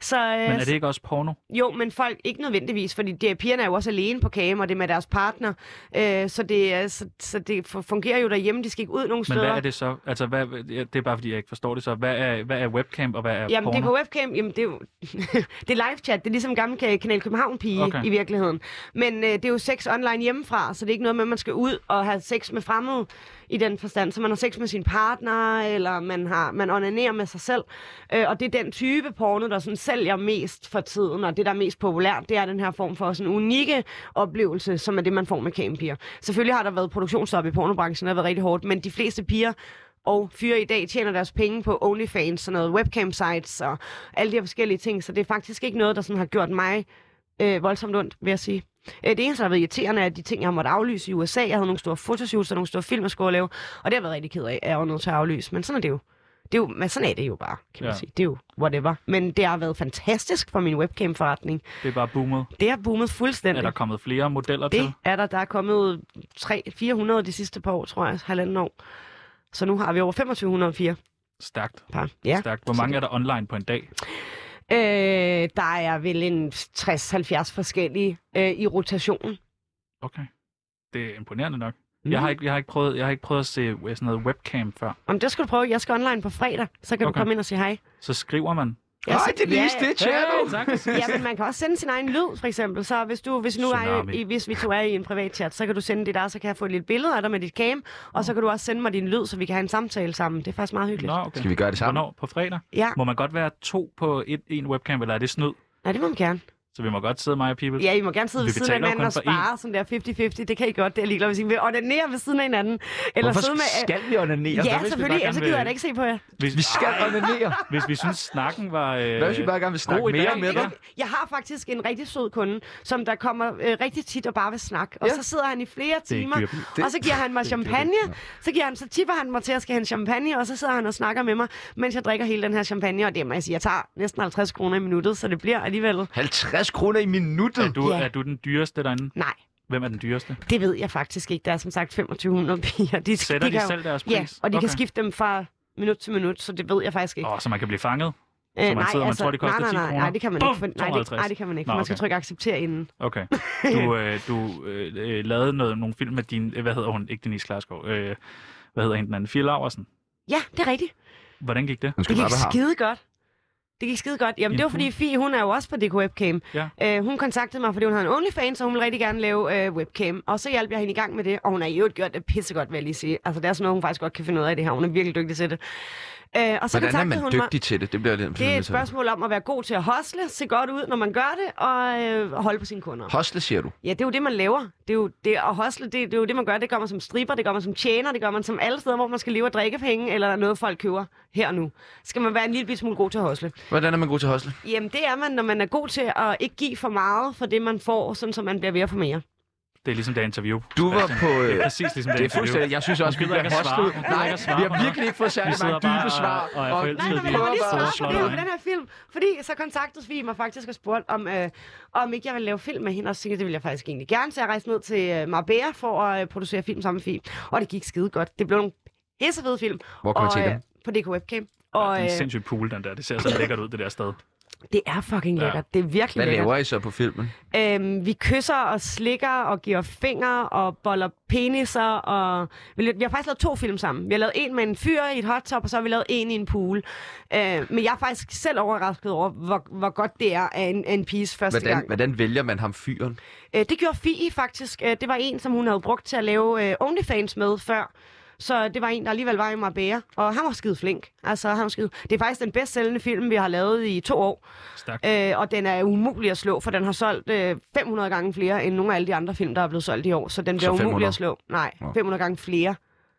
Så, øh, men er det ikke også porno? Jo, men folk ikke nødvendigvis, fordi de, pigerne er jo også alene på cam, og det er med deres partner. Øh, så, det, så, så det fungerer jo derhjemme, de skal ikke ud nogen steder. Men hvad er det så? Altså, hvad, det er bare fordi, jeg ikke forstår det så. Hvad er, hvad er webcam, og hvad er jamen, porno? det er på webcam, jamen det er jo det er live chat, det er ligesom gammel Kanal København-pige okay. i virkeligheden. Men øh, det er jo sex online hjemmefra, så det er ikke noget med, at man skal ud og have sex med fremmede i den forstand. Så man har sex med sin partner, eller man har man onanerer med sig selv. Øh, og det er den type porno, der sådan sælger mest for tiden, og det, der er mest populært, det er den her form for sådan en unikke oplevelse, som er det, man får med campiger. Selvfølgelig har der været produktionsstop i pornobranchen, der har været rigtig hårdt, men de fleste piger og fyre i dag tjener deres penge på OnlyFans, sådan noget webcam sites og alle de her forskellige ting, så det er faktisk ikke noget, der sådan har gjort mig øh, voldsomt ondt, vil jeg sige. Det eneste, der har været irriterende, er de ting, jeg har måttet aflyse i U S A. Jeg havde nogle store fotoshoots og nogle store film, jeg skulle lave, og det har jeg været rigtig ked af, at jeg var nødt til at aflyse. Men sådan er det jo. Det er jo, men sådan er det jo bare, kan man ja. sige. Det er jo whatever. Men det har været fantastisk for min webcam-forretning. Det er bare boomet. Det har boomet fuldstændig. Er der kommet flere modeller det til? Det er der. Der er kommet tre fire hundrede de sidste par år, tror jeg. Halvanden år. Så nu har vi over femogtyve hundrede og fire. Stærkt. Par. Ja. Stærkt. Hvor mange er der online på en dag? Øh, der er vel en tres til halvfjerds forskellige øh, i rotationen. Okay. Det er imponerende nok. Mm. Jeg, har ikke, jeg, har ikke prøvet, jeg har ikke prøvet at se sådan noget webcam før. Om det skal du prøve. Jeg skal online på fredag, så kan okay. du komme ind og sige hej. Så skriver man? Nej, det lige det, channel! Ja, men man kan også sende sin egen lyd, for eksempel. Så hvis, du, hvis, nu er i, hvis vi to er i en privat chat, så kan du sende det der, så kan jeg få et lille billede af dig med dit cam, og så kan du også sende mig din lyd, så vi kan have en samtale sammen. Det er faktisk meget hyggeligt. Nå, okay. Skal vi gøre det sammen? Hvornår? På fredag? Ja. Må man godt være to på et, en webcam, eller er det snyd? Nej, det må man gerne. Så vi må godt sidde, mig og people? Ja, I må gerne sidde ved siden af hinanden og spare, sådan der halvtreds halvtreds. Det kan I godt, det er ligeglad, hvis I vil onanere ved siden af hinanden. Eller hvorfor sidde med, skal vi onanere? Ja, selvfølgelig, ellers gider jeg da ikke se på jer. Hvis vi skal onanere. Hvis vi synes, snakken var øh, hvad hvis vi bare gerne vil snakke mere dag, med dig? Jeg har faktisk en rigtig sød kunde, som der kommer øh, rigtig tit og bare vil snakke. Og ja. så sidder han i flere timer, og så giver han mig champagne. Så, giver han, så tipper han mig til, at jeg skal have en champagne, og så sidder han og snakker med mig, mens jeg drikker hele den her champagne. Og det må jeg sige, jeg tager næsten halvtreds kroner i minuttet, så det bliver alligevel... halvtreds kroner i minuttet? Er du, ja. er du den dyreste derinde? Nej. Hvem er den dyreste? Det ved jeg faktisk ikke. Der er som sagt femogtyve hundrede piger. De, Sætter de, de de selv deres pris? Ja, og de okay. kan skifte dem fra minut til minut, så det ved jeg faktisk ikke. Åh, så man kan blive fanget? Øh, så man nej, sidder, altså, man tror, det koster nej, nej, nej, ti kroner? nej, det kan man Bum, ikke. For, nej, det, nej, det kan man ikke, for Nå, okay. man skal trykke acceptere inden. Okay. Du, øh, du øh, lavede noget, nogle film med din... Øh, hvad hedder hun? Ikke Denise Klarskov. Øh, hvad hedder hende den anden? Fie Laursen. Ja, det er rigtigt. Hvordan gik det? Det gik skide godt. Det gik skide godt. Jamen, det var fordi Fie, hun er jo også på D K Webcam. Ja. Øh, hun kontaktede mig, fordi hun havde en OnlyFans, og hun ville rigtig gerne lave øh, webcam. Og så hjalp jeg hende i gang med det, og hun har i øvrigt gjort det pissegodt, vil jeg lige sige. Altså, det er sådan noget, hun faktisk godt kan finde ud af det her. Hun er virkelig dygtig til det. Øh, og så hvordan er man hun dygtig mig. til det? Det, bliver lidt det er et spørgsmål om at være god til at hustle, se godt ud, når man gør det, og øh, holde på sine kunder. Hustle, siger du? Ja, det er jo det, man laver. Det er jo det, at hustle, det, det er jo det, man gør. Det gør man som stripper, det gør man som tjener, det gør man som alle steder, hvor man skal leve og drikke penge, eller der er noget, folk køber her og nu. Skal man være en lille smule god til at hustle. Hvordan er man god til at hustle? Jamen, det er man, når man er god til at ikke give for meget for det, man får, sådan så man bliver ved at få mere. Det er ligesom det interview. Du var på... Øh, det er præcis ligesom det, det er fuldstændig. Jeg synes også, vi bliver hostlet. Nej, vi har virkelig ikke fået særlig mange dybe svar. Og, og, og, nej, nej, men jeg må lige svare på det den her film. Fordi så kontaktede vi mig faktisk og spurgte, om, øh, om ikke jeg ville lave film med hende. Og så tænkte, det ville jeg faktisk egentlig gerne. Så jeg rejste ned til øh, Marbella for at øh, producere film sammen med Fie. Og det gik skide godt. Det blev nogle pissefede film. Hvor kan man se dem? På D K Webcam. Og, det er en sindssyg pool, den der. Det ser så lækkert ud, det der sted. Det er fucking lækkert. Ja. Det er virkelig Hvad lækkert. laver I så på filmen? Øhm, vi kysser og slikker og giver fingre og boller peniser. Og... Vi har faktisk lavet to film sammen. Vi har lavet en med en fyr i et hot tub, og så har vi lavet en i en pool. Øh, men jeg er faktisk selv overrasket over, hvor, hvor godt det er af en, af en piece første hvordan, gang. Hvordan vælger man ham fyren? Øh, det gjorde Fie faktisk. Øh, det var en, som hun havde brugt til at lave øh, OnlyFans med før. Så det var en, der alligevel var i Marbella, og han var skide flink. Altså, han var skide... Det er faktisk den bedst sælgende film, vi har lavet i to år. Øh, og den er umulig at slå, for den har solgt øh, fem hundrede gange flere end nogle af alle de andre film, der er blevet solgt i år. Så den bliver umulig at slå. Nej, ja. fem hundrede gange flere.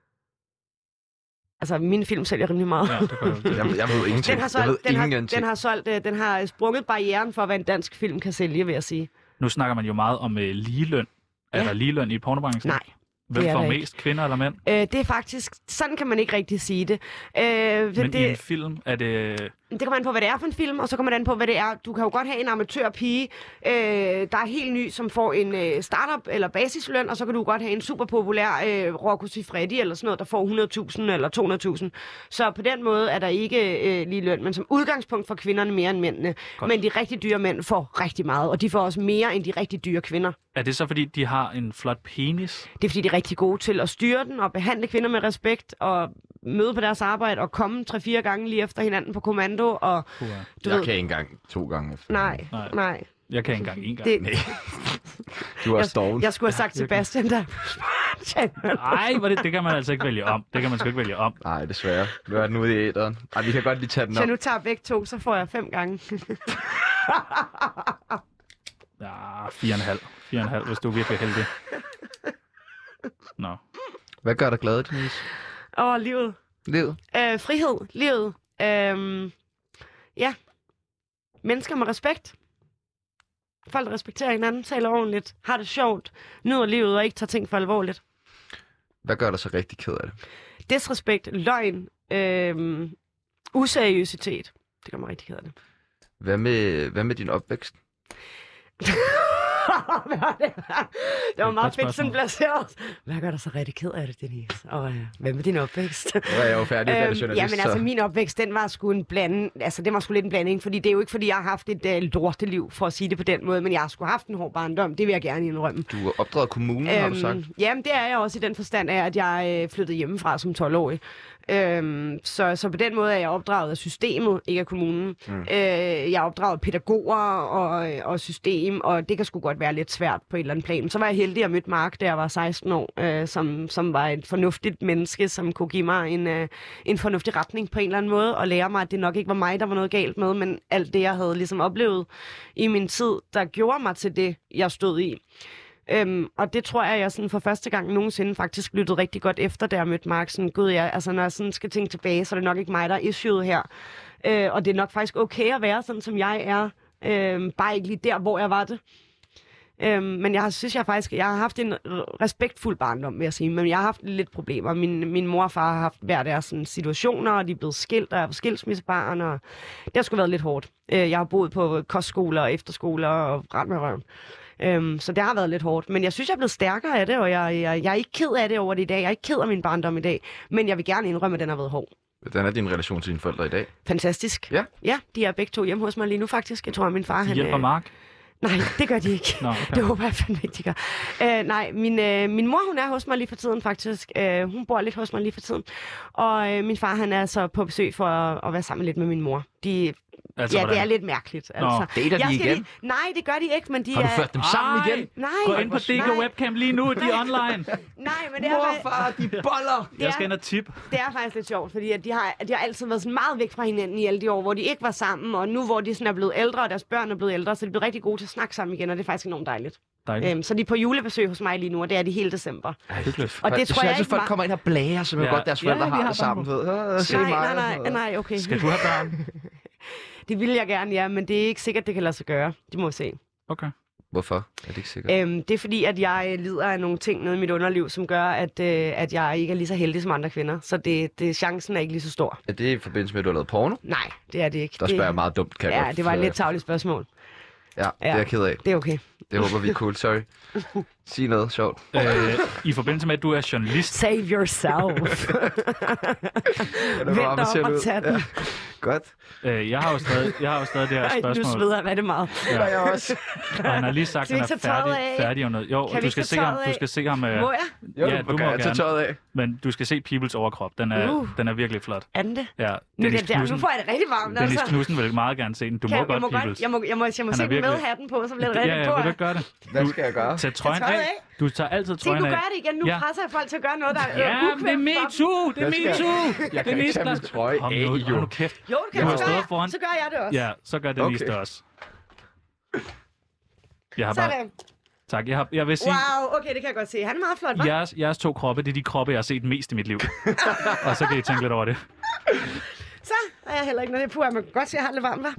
Altså, mine film sælger rimelig meget. Ja, det jeg, jeg ved ingenting. Den har solgt, jeg ved den har, ingenting. den har, solgt, øh, den har sprunget barrieren for, hvad en dansk film kan sælge, vil jeg sige. Nu snakker man jo meget om øh, ligeløn. Er ja. der ligeløn i pornobranchen? Nej. Hvem får mest, kvinder eller mænd? Øh, det er faktisk... Sådan kan man ikke rigtig sige det. Øh, det Men det, i en film er det... Det kommer an på, hvad det er for en film, og så kommer det an på, hvad det er. Du kan jo godt have en amatørpige, øh, der er helt ny, som får en øh, startup eller basisløn, og så kan du godt have en super populær øh, Rocco Siffredi eller sådan noget, der får hundrede tusind eller to hundrede tusind. Så på den måde er der ikke øh, lige løn, men som udgangspunkt for kvinderne mere end mændene. Godt. Men de rigtig dyre mænd får rigtig meget, og de får også mere end de rigtig dyre kvinder. Er det så, fordi de har en flot penis? Det er, fordi de er rigtig gode til at styre den og behandle kvinder med respekt og møde på deres arbejde og komme tre-fire gange lige efter hinanden på kommando. Og, du jeg ved, kan ikke engang to gange efter. Nej, nej. nej. Jeg kan ikke engang en gang. Det, du er stolen. Jeg, jeg skulle have sagt til Sebastian der. Nej, det, det kan man altså ikke vælge om. Det kan man sgu ikke vælge om. Nej, desværre. Nu er den ude i æderen. Ej, vi kan godt lige tage den op. Så jeg nu tager begge to, så får jeg fem gange. Ja, fire og en halv. Fire og en halv, hvis du er virkelig heldig. Nå. Hvad gør dig glad, Denise? Åh, oh, livet. Livet? Øh, frihed. Livet. Øhm, ja. Mennesker med respekt. Folk, der respekterer hinanden, taler ordentligt, har det sjovt, nyder livet og ikke tager ting for alvorligt. Hvad gør dig så rigtig ked af det? Disrespekt, løgn, øhm, useriøsitet. Det gør mig rigtig ked af det. Hvad med, hvad med din opvækst? Hvad var det? Det var meget fedt sådan placeret. Hvad gør dig så rigtig ked af det, Denise? Og øh, hvad med din opvækst? Nu er jeg jo færdig med øhm, journalist. Jamen altså, min opvækst, den var sgu en blanding. Altså, det var sgu lidt en blanding, fordi det er jo ikke, fordi jeg har haft et øh, lorteliv, for at sige det på den måde, men jeg har sgu haft en hård barndom. Det vil jeg gerne indrømme. Du er opdraget kommunen, øhm, har du sagt? Jamen, det er jeg også i den forstand af, at jeg øh, flyttede hjemmefra som tolv-årig. Øhm, så, så på den måde er jeg opdraget af systemet, ikke af kommunen. Mm. Øh, jeg er opdraget af pædagoger og, og system, og det kan sgu godt være lidt svært på et eller andet plan. Så var jeg heldig at møde Mark, da jeg var seksten år, øh, som, som var et fornuftigt menneske, som kunne give mig en, øh, en fornuftig retning på en eller anden måde, og lære mig, at det nok ikke var mig, der var noget galt med, men alt det, jeg havde ligesom oplevet i min tid, der gjorde mig til det, jeg stod i. Øhm, og det tror jeg, jeg sådan for første gang nogensinde faktisk lyttede rigtig godt efter, da jeg mødte Mark. Sådan, gud, jeg, altså, når jeg sådan skal tænke tilbage, så er det nok ikke mig, der er issued her. Øh, og det er nok faktisk okay at være sådan, som jeg er. Øh, bare ikke lige der, hvor jeg var det. Øh, men jeg har, synes jeg faktisk, jeg har haft en respektfuld barndom, vil jeg sige. Men jeg har haft lidt problemer. Min, min mor og far har haft hver deres sådan, situationer, og de er blevet skilt, og jeg er skilsmissebarn, og det har sgu været lidt hårdt. Øh, jeg har boet på kostskoler og efterskoler og brændt med røven. Øhm, så det har været lidt hårdt. Men jeg synes, jeg er blevet stærkere af det, og jeg, jeg, jeg er ikke ked af det over det i dag. Jeg er ikke ked af min barndom i dag. Men jeg vil gerne indrømme, at den har været hård. Hvordan er din relation til dine forældre i dag? Fantastisk. Ja? Ja, de er begge to hjemme hos mig lige nu faktisk. Jeg tror, at min far... De han, hjælper Mark? Nej, det gør de ikke. Nå, okay. Det håber jeg fandme ikke, de gør. Uh, nej, min, uh, min mor, hun er hos mig lige for tiden faktisk. Uh, hun bor lidt hos mig lige for tiden. Og uh, min far, han er så på besøg for at, at være sammen lidt med min mor. De... Altså, ja, hvordan? Det er lidt mærkeligt. Altså. Dater de igen? Lige... Nej, det gør de ikke, men de er... Har du er... ført dem sammen Ej, igen? Nej. Gå ind på D K Webcam lige nu, de er online. Nej, men det er... Morfar, de boller! Jeg skal ind og tip. Det er faktisk lidt sjovt, fordi at de, har, de har altid været sådan meget væk fra hinanden i alle de år, hvor de ikke var sammen, og nu hvor de sådan er blevet ældre, og deres børn er blevet ældre, så de er blevet rigtig gode til at snakke sammen igen, og det er faktisk enormt dejligt. Øhm, så de er på julebesøg hos mig lige nu, og det er de hele december. Ej, hyggeligt. Og det jeg tror jeg, jeg ikke folk kommer ind og blærer, som ja. godt deres forældre ja, har, har det sammen. Ved. Nej, nej, nej, nej, okay. Skal du have børn? Det vil jeg gerne, ja, men det er ikke sikkert, det kan lade sig gøre. Det må vi se. Okay. Hvorfor er det ikke sikkert? Øhm, det er fordi, at jeg lider af nogle ting nede i mit underliv, som gør, at, øh, at jeg ikke er lige så heldig som andre kvinder. Så det, det, chancen er ikke lige så stor. Er det i forbindelse med, at du har lavet porno? Nej, det er det ikke. Der spørger jeg meget dumt, kan jeg Ja, godt. det var et lidt tarveligt spørgsmål. Ja, det er jeg ked af. Det er okay. Det håber vi er cool, sorry. Sig noget sjovt. Øh, I forbindelse med, at du er journalist... Save yourself. Vent op og tag den. Ja. Godt. Øh, jeg har jo stadig, jeg har jo stadig det her Ej, spørgsmål. nu sveder jeg rigtig meget. Ja. Jeg også. Og han har lige sagt, at han er færdig, færdig og noget. Jo, kan du skal, se ham, du skal se ham... Øh... Må jeg? Jo, ja, du må gerne. Tage tøjet af. Men du skal se Peoples overkrop. Den er, uh. den er virkelig flot. Er den det? Ja. Nu, det der, nu får jeg det rigtig varmt. Dennis altså. Knudsen vil meget gerne se den. Du kan, må godt, må Peoples. Jeg må, jeg må, jeg må se den virkelig... med hatten på, så bliver det rigtig ja, ja, på. Ja, vil du gøre det? Hvad skal jeg gøre? Tag trøjen af. Du tager altid trøjen af. Se, du gør det igen. Nu ja. presser jeg folk til at gøre noget, der er ja, ukvæmt. Ja, det er MeToo. Det er MeToo. Jeg kan ikke tage min trøje af, jo. Hold nu kæft. Jo, det kan du gøre. Så gør jeg det også. Ja, så gør Dennis det også. Jeg har bare... Tak, jeg, har, jeg vil sige... Wow, okay, det kan jeg godt se. Han er meget flot, hva'? Jeres, jeres to kroppe, det er de kroppe, jeg har set mest i mit liv. Og så kan I tænke lidt over det. Så er jeg heller ikke noget. Puh, jeg må godt se, at jeg har lidt varmt, hva'?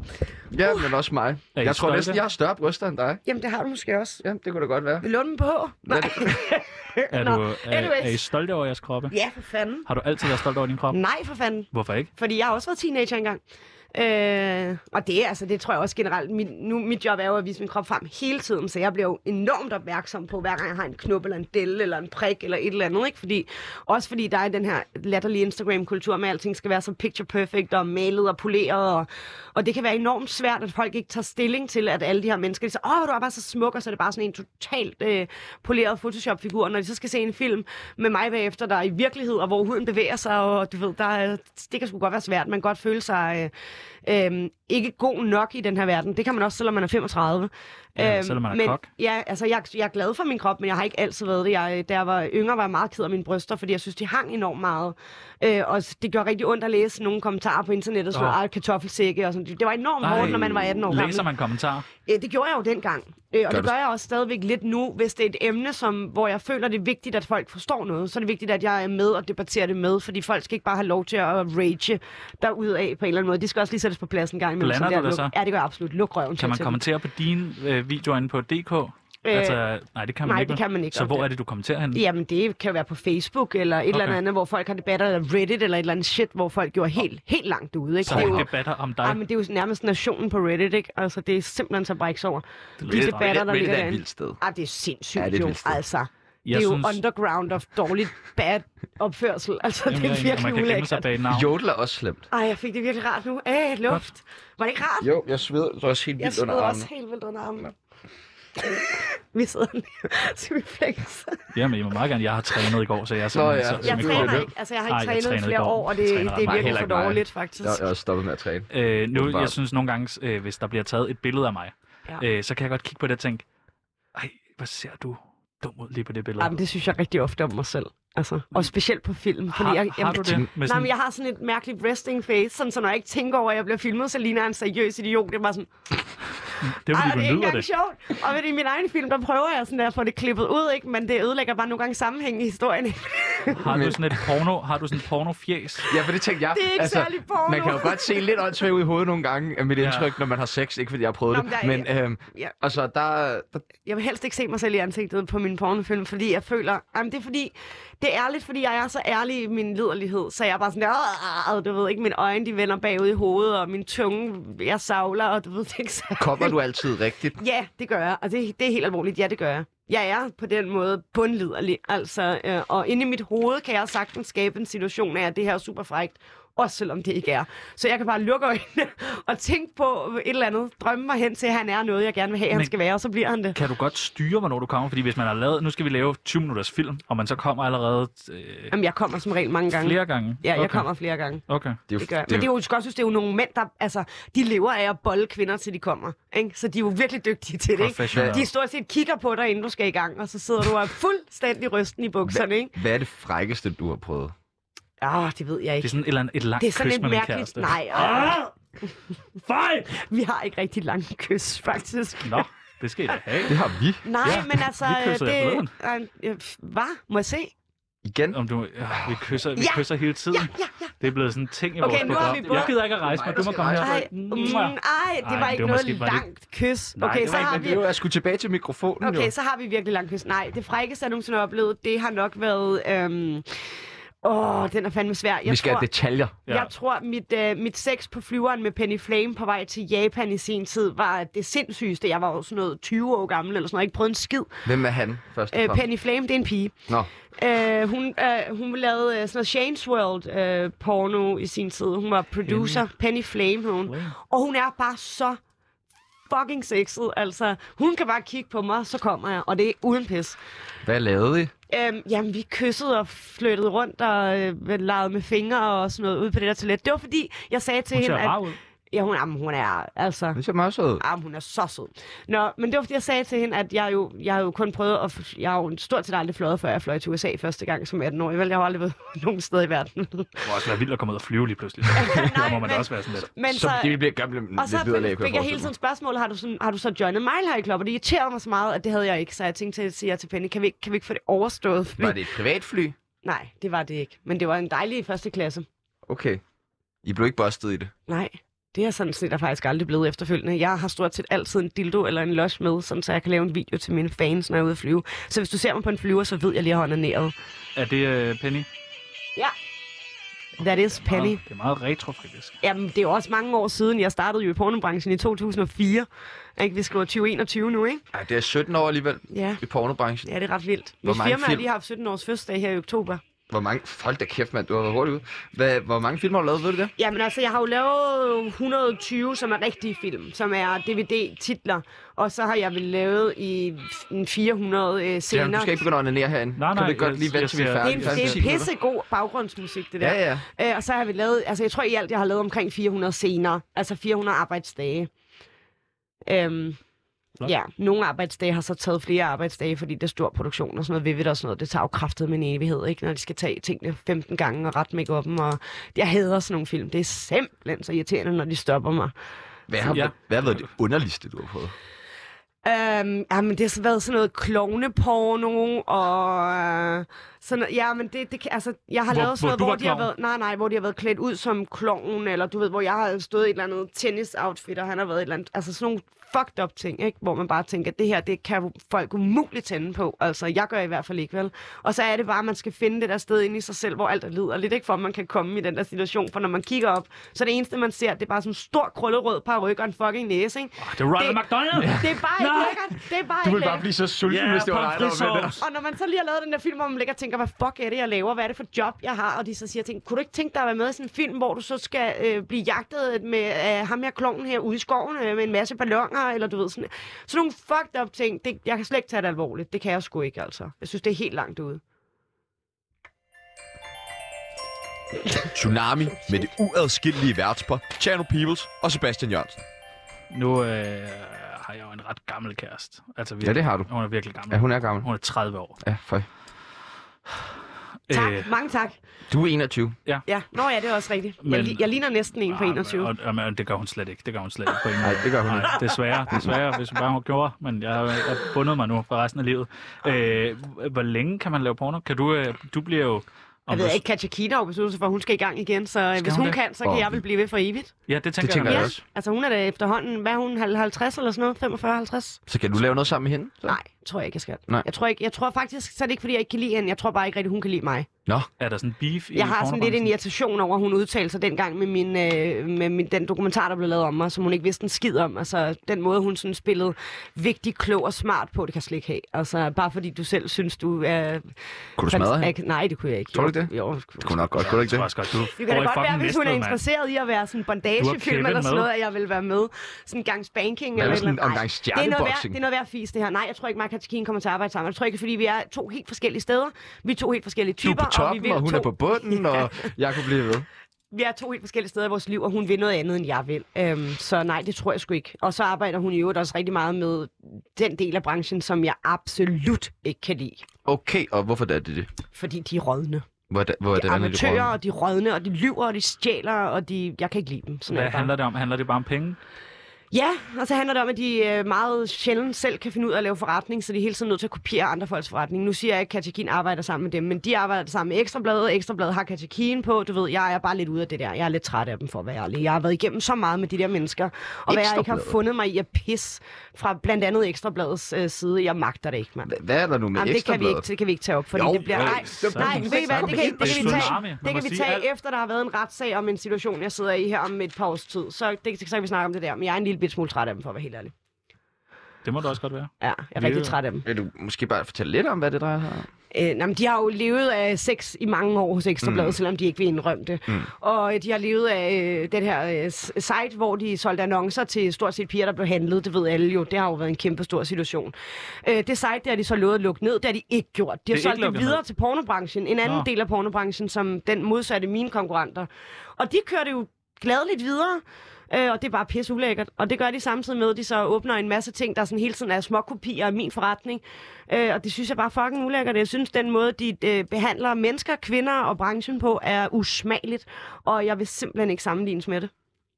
Ja, men også mig. Er I Jeg tror stolte? næsten, jeg har større bryster end dig. Jamen, det har du måske også. Ja, det kunne da godt være. Vil lunden på? Nej. Er, Nå, du, er, anyways. er I stolte over jeres kroppe? Ja, for fanden. Har du altid været stolt over din krop? Nej, for fanden. Hvorfor ikke? Fordi jeg har også været teenager engang. Øh, og det, altså, det tror jeg også generelt. Mit, nu, mit job er jo at vise min krop frem hele tiden, så jeg bliver jo enormt opmærksom på, hver gang jeg har en knop, eller en delle, eller en prik, eller et eller andet. Ikke? Fordi, også fordi der er den her latterlige Instagram-kultur med, at alting skal være så picture perfect, og malet og poleret. Og, og det kan være enormt svært, at folk ikke tager stilling til, at alle de her mennesker, de siger, åh, du er bare så smuk, og så er det bare sådan en totalt øh, poleret Photoshop-figur. Når de så skal se en film med mig bagefter, der er i virkelighed, og hvor huden bevæger sig, og du ved, der er, det kan sgu godt være svært. Man kan godt føle sig... Øh, Øhm, ikke god nok i den her verden. Det kan man også, selvom man er femogtredive. Ja, øhm, selvom man er men, kok. Ja, altså jeg, jeg er glad for min krop, men jeg har ikke altid været det. Jeg, da jeg var yngre, var jeg meget ked af mine bryster, fordi jeg synes, de hang enormt meget. Øh, og det gjorde rigtig ondt at læse nogle kommentarer på internettet, sådan noget, kartoffelsække og sådan. Det var enormt Ej, hårdt, når man var atten år gammel. Læser man kommentarer? Øh, det gjorde jeg jo dengang. Øh, og Gør det du- gør jeg også stadigvæk lidt nu, hvis det er et emne, som, hvor jeg føler, det er vigtigt, at folk forstår noget. Så er det vigtigt, at jeg er med og debatterer det med, fordi folk skal ikke bare have lov til at rage derudad på en eller anden måde. De skal også lige sættes på plads en gang imellem. Blander Så det du er dig luk- så? Ja, det gør jeg absolut. Luk røven Kan til man til kommentere på dine øh, videoer inde på D K? Øh, altså, nej, det kan man nej, ikke. det kan man ikke Så om hvor det. er det, du kommenterer henne? Jamen, det kan jo være på Facebook eller et okay. eller andet, hvor folk har debatter, eller Reddit eller et eller andet shit, hvor folk gjorde helt, helt langt ude. Ikke? Så det er er jo, debatter om dig? ej, men det er jo nærmest nationen på Reddit, ikke? Altså, det er simpelthen så bræks over. De Reddit- debatter, der Reddit ligger er et derinde. vildt sted. Ah, det er sindssygt, Ja, det er et jo. vildt sted. Altså, det Jeg er jo synes- underground of dårligt bad opførsel. Altså, Jamen, det er jeg- virkelig man kan gemme sig ulækkert. bag et navn. Jodel er også slemt. Ej, jeg fik det virkelig rart nu. Æh, luft. Var det ikke rart? Jo, jeg sveder også helt Jeg vildt under sveder armene. også helt vildt under armen. Vi sidder lige, så vi flex. Jamen, jeg må meget gerne. Jeg har trænet i går, så jeg er Nå, simpelthen... ja. så, Jeg simpelthen træner kører ikke. Altså, jeg har Ej, ikke jeg trænet i trænede i flere går. år, og Jeg det, træner det er ret meget. virkelig Heller for ikke mig. dårligt, faktisk. Jeg er også stoppet med at træne. Øh, nu, Åbenbart. jeg synes nogle gange, øh, hvis der bliver taget et billede af mig, Ja. øh, så kan jeg godt kigge på det og tænke, ej, hvad ser du dum ud lige på det billede? Jamen, det synes jeg rigtig ofte om mig selv. Altså, og specielt på film. har, Fordi jeg, har du det? Med Nej, sådan, men jeg har sådan et mærkeligt resting face, sådan, så når jeg ikke tænker over, at jeg bliver filmet, så ligner jeg en seriøs idiot. Det er bare sådan, det er ej, fordi, det er du ikke nyder engang det. sjovt. Og ved i min egen film, der prøver jeg sådan at få det klippet ud, ikke? Men det ødelægger bare nogle gange sammenhæng i historien. Ikke? Har du sådan et porno, har du sådan et pornofjæs? Ja, for det tænkte jeg. Det er ikke særlig porno. Man kan jo godt se lidt åndssvagt ud i hovedet nogle gange af mit Ja. indtryk, når man har sex. Ikke fordi jeg har prøvet Nå, det. men der er- Men øhm, Ja. altså, der, der... Jeg vil helst ikke se mig selv i ansigtet på min pornofilm, fordi jeg føler... Jamen, det er fordi... Det er ærligt, fordi jeg er så ærlig i min liderlighed, så jeg er bare sådan der... Du ved ikke, mine øjne, de vender bagud i hovedet, og min tunge, jeg savler, og du ved det ikke så... Kommer du altid rigtigt? Ja, det gør jeg, og det, det er helt alvorligt. Ja, det gør jeg. Jeg er på den måde bundliderlig, altså, øh, og inde i mit hoved kan jeg sagtens skabe en situation af, at det her er super frækt, også selvom det ikke er. Så jeg kan bare lukke øjnene og tænke på et eller andet, drømme mig hen til, at han er noget, jeg gerne vil have, han Men- skal være, og så bliver han det. Kan du godt styre, hvornår du kommer? Fordi hvis man har lavet, nu skal vi lave tyve minutters film, og man så kommer allerede øh, Jamen, jeg kommer som regel mange gange. flere gange? Ja, jeg okay. kommer flere gange. Okay. Det er jo, Det gør jeg. Men det er jo, du skal også synes, det er jo nogle mænd, der, altså, de lever af at bolle kvinder, til de kommer. Ikke? Så de er jo virkelig dygtige til det, ikke? Professional. De stort set kigger på dig, inden du skal i gang, og så sidder du og er fuldstændig rysten i bukserne, ikke? Hvad er det frækkeste, du har prøvet? Ah, det ved jeg Det er ikke. sådan et, eller andet, et langt Det er sådan kys et med min mærkeligt... kæreste. Nej, ah, Fej! vi har ikke rigtig lange kys, faktisk. Nå, det skal I da have. Det har vi. Nej, Ja, men altså... vi kysser i bløden. det... øh, Hvad? Må jeg se? Igen? Om du, ja, vi kysser, vi Ja! kysser hele tiden. Ja, ja, ja. Det er blevet sådan en ting i Okay, vores nu har program. vi både- Jeg gider ikke at rejse mig, du må komme her. Ej, mm, ej, det Ej, var det ikke var noget måske- var det- langt kys. Nej, Okay, det så var ikke- har Men vi... det er jo, jeg skulle tilbage til mikrofonen, Okay, jo. så har vi virkelig langt kys. Nej, det frækkeste, jeg nogensinde har oplevet, det har nok været... Øhm... Åh, den er fandme svær. Jeg Vi skal tror, have detaljer. Ja. Jeg tror, mit, øh, mit sex på flyveren med Penny Flame på vej til Japan i sin tid var det sindssygeste. Jeg var jo sådan noget tyve år gammel eller sådan noget. Jeg har ikke prøvet en skid. Hvem er han, først og Øh, fremmest? Penny Flame, det er en pige. Nå, Øh, hun, øh, hun lavede øh, sådan noget Shane's World øh, porno i sin tid. Hun var producer. Penny, Penny Flame, hed hun. Flame. Og hun er bare så fucking sexet. Altså, hun kan bare kigge på mig, så kommer jeg. Og det er uden pis. hvad lavede I? Øhm, jamen, vi kyssede og flyttede rundt og øh, legede med fingre og sådan noget ude på det der toilet. Det var fordi, jeg sagde til Hun ser hende, rar at... ud. Ja, hun, jamen, hun er altså... Det ser meget sød ud. Jamen, hun er så sød. Nå, men det var fordi, jeg sagde til hende, at jeg jo, jeg har jo kun prøvet at... f- Jeg har jo stort set aldrig fløjet, før jeg fløj til U S A første gang som atten-årig. Vel, jeg har aldrig været nogen sted i verden. Det må også være vildt at komme ud og flyve lige pludselig. Der må man da men- også være sådan lidt. Men Så så... det bliver gammelt Og så lidt videre, fik, fik jeg hele tiden spørgsmål, har du, sådan, har du så joined Mile High Club? Og det irriterede mig så meget, at det havde jeg ikke. Så jeg tænkte til at sige til Penny, kan vi, ikke- kan vi ikke få det overstået? Fordi... Var det et privatfly? Nej, det var det ikke. Men det var en dejlig første klasse. Okay. I blev ikke bustet i det? Nej. Det er sådan set der faktisk aldrig blevet efterfølgende. Jeg har stort set altid en dildo eller en lush med, sådan, så jeg kan lave en video til mine fans, når jeg er ude at flyve. Så hvis du ser mig på en flyver, så ved jeg lige, at jeg har onaneret. Er det uh, Penny? Ja. That is Penny. Det er meget retro, faktisk. Jamen, det er jo også mange år siden. Jeg startede jo i pornobranchen i to tusind og fire. Ikke? Vi skriver tyve enogtyve nu, ikke? Ej, det er sytten år alligevel ja. I pornobranchen. Ja, det er ret vildt. Mit firma har lige haft sytten års fødselsdag her i oktober. Hvor mange... Hold da kæft, mand. Du har været hurtigt ude. Hvad, hvor mange film har du lavet, ved du det? Jamen altså, jeg har jo lavet et hundrede og tyve, som er rigtige film, som er D V D-titler. Og så har jeg vel lavet i fire hundrede øh, scener. Ja, du skal ikke begynde at onanere herinde. Nej, nej. Kan du godt lige vente, til vi er færdige? Det er, det er pissegod baggrundsmusik, det der. Ja, ja. Øh, og så har vi lavet... Altså, jeg tror i alt, jeg har lavet omkring fire hundrede scener. Altså fire hundrede arbejdsdage. Øhm... Ja, nogle arbejdsdage har så taget flere arbejdsdage, fordi det er stor produktion og sådan noget, vivid og sådan noget. Det tager jo kraftet med en evighed, ikke? Når de skal tage tingene femten gange og rette make-up'en, og jeg hader sådan nogle film. Det er simpelthen så irriterende, når de stopper mig. Hvad har, ja. hvad har været det underligste, du har fået? Øhm, jamen, det har været sådan noget klovneporno, og øh, sådan, ja, men det, det altså, jeg har hvor, lavet sådan noget, hvor, hvor de har været, nej, nej, hvor de har været klædt ud som klovn, eller du ved, hvor jeg har stået i et eller andet tennis-outfit, og han har været et eller andet, altså sådan nogle fucked up ting, ikke? Hvor man bare tænker, at det her, det kan folk umuligt tænde på. Altså, jeg gør i hvert fald ikke, vel? Og så er det bare, at man skal finde det der sted inde i sig selv, hvor alt er lider lidt, ikke? For at man kan komme i den der situation. For når man kigger op, så det eneste, man ser, det er bare sådan en stor krøllerød paryk og en fucking næse, ikke? Oh, det er Ronald McDonald! Det er bare ikke lækkert. Det er bare du vil ikke bare blive så sulten, yeah, hvis det var dig, der var med Og når man så lige har lavet den der film, hvor man ligger og tænker, hvad fuck er det, jeg laver? Hvad er det for job, jeg har? Og de så siger ting, kunne du ikke tænke dig at være med i sådan en film, hvor du så skal øh, blive jagtet med øh, ham her klovnen her ude i skoven øh, med en masse balloner, eller du ved sådan. Sådan nogle fucked up ting, det, jeg kan slet ikke tage det alvorligt. Det kan jeg sgu ikke, altså. Jeg synes, det er helt langt ude. Tsunami med det uadskillelige værtspar, Tjerno Peoples og Sebastian Jørgensen. Nu øh, har jeg jo en ret gammel kæreste. Altså, ja, det har du. Hun er virkelig gammel. Ja, hun er gammel. Hun er tredive år. Ja, for. Tak, øh, mange tak. Du er enogtyve. Ja. Ja, nå ja, det er også rigtigt. Men, jeg, jeg ligner næsten en på enogtyve. Og, og, og, det gør hun slet ikke. Det gør hun slet ikke på en Nej, det gør hun ikke. Nej, desværre, desværre, hvis hun bare hun gjorde. Men jeg har, jeg har bundet mig nu for resten af livet. Øh, hvor længe kan man lave porno? Kan du, øh, du bliver jo... Jeg ved ikke, Katja Kina har besluttet sig for, at hun skal i gang igen, så skal hvis hun, hun kan, så kan oh. jeg vel blive ved for evigt. Ja, det tænker, det tænker jeg, jeg også. Altså hun er da efterhånden, hvad er hun, halvtreds eller sådan noget? femogfyrre halvtreds? Så kan du lave noget sammen med hende? Så? Nej, tror jeg ikke, jeg skal. Nej. Jeg tror, ikke, jeg tror faktisk, så er det ikke, fordi jeg ikke kan lide hende. Jeg tror bare ikke rigtig, hun kan lide mig. Nå. Er der sådan beef i Jeg har sådan lidt en irritation over, at hun udtalte sig dengang med, min, øh, med min, den dokumentar, der blev lavet om mig, som hun ikke vidste en skid om. Altså den måde, hun sådan spillede vigtig, klog og smart på, det kan jeg slet ikke have. Altså bare fordi du selv synes, du er... Kunne du smadre hende? Nej, det kunne jeg ikke. Tror du det? Jo, det kunne nok godt. Kunne du ikke det? Jeg godt, du det kan da godt være, hvis hun er interesseret i at være sådan en bondagefilm eller sådan noget, at jeg vil være med. Sådan en gang spanking eller sådan noget. En gang stjerneboxing. Det er noget værd fisk, det her. Nej, jeg tror ikke, Mark og Kine kommer til at arbejde sammen. Jeg tror ikke, fordi vi er to helt forskellige steder. Vi er to helt forskellige typer. Du er på toppen, og, vi vil og hun to... er på bunden, og jeg kunne blive ved. Vi er to helt forskellige steder i vores liv, og hun vil noget andet, end jeg vil. Øhm, så nej, det tror jeg sgu ikke. Og så arbejder hun i øvrigt også rigtig meget med den del af branchen, som jeg absolut ikke kan lide. Okay, og hvorfor er det det? Fordi de er rådne. Hvor er det, hvor er de det, amatører, og de rådne, og de lyver, og de stjæler, og de... Jeg kan ikke lide dem. Sådan Hvad handler det om? Handler det bare om penge? Ja, og så handler det om, at de meget sjældent selv kan finde ud af at lave forretning, så de er hele tiden nødt til at kopiere andre folks forretning. Nu siger jeg ikke, at Katja Kine arbejder sammen med dem, men de arbejder sammen med Ekstrabladet. Ekstrabladet har Katja Kine på. Du ved, jeg er bare lidt ude af det der. Jeg er lidt træt af dem, for at være ærlig. Jeg har været igennem så meget med de der mennesker, og hvad jeg ikke har fundet mig i at pisse fra blandt andet Ekstrabladets øh, side. Jeg magter det ikke, mand. Hvad er der nu med Jamen, det kan vi ikke, det kan vi ikke tage op, fordi jo, det bliver... Nej, nej, ved I hvad? Det kan, det kan vi tage, det kan vi tage efter, der har været en retssag om en situation, jeg sidder i her om et par års tid. Så, det, så kan vi snakke om det der. Men jeg er en lille bit smule træt af dem, for at være helt ærlig. Det må du også godt være. Ja, jeg er rigtig træt af dem. Vil du måske bare fortælle lidt om, hvad det drejer sig om? Øh, nej, de har jo levet af sex i mange år hos Ekstrabladet, mm. selvom de ikke vil indrømme det. Mm. Og de har levet af øh, den her øh, site, hvor de solgte annoncer til stort set piger, der blev handlet. Det ved alle jo. Det har jo været en kæmpe stor situation. Øh, det site, der har de så lovet at lukke ned, det har de ikke gjort. De har solgt det videre ned. til pornobranchen. En anden Nå. del af pornobranchen, som den modsatte mine konkurrenter. Og de kører det jo gladeligt videre. Øh, og det er bare pisse ulækkert. Og det gør de samtidig med, at de så åbner en masse ting, der sådan hele tiden er småkopier af min forretning. Øh, og det synes jeg bare fucking ulækkert. Jeg synes, den måde, de øh, behandler mennesker, kvinder og branchen på, er usmageligt. Og jeg vil simpelthen ikke sammenlignes med det.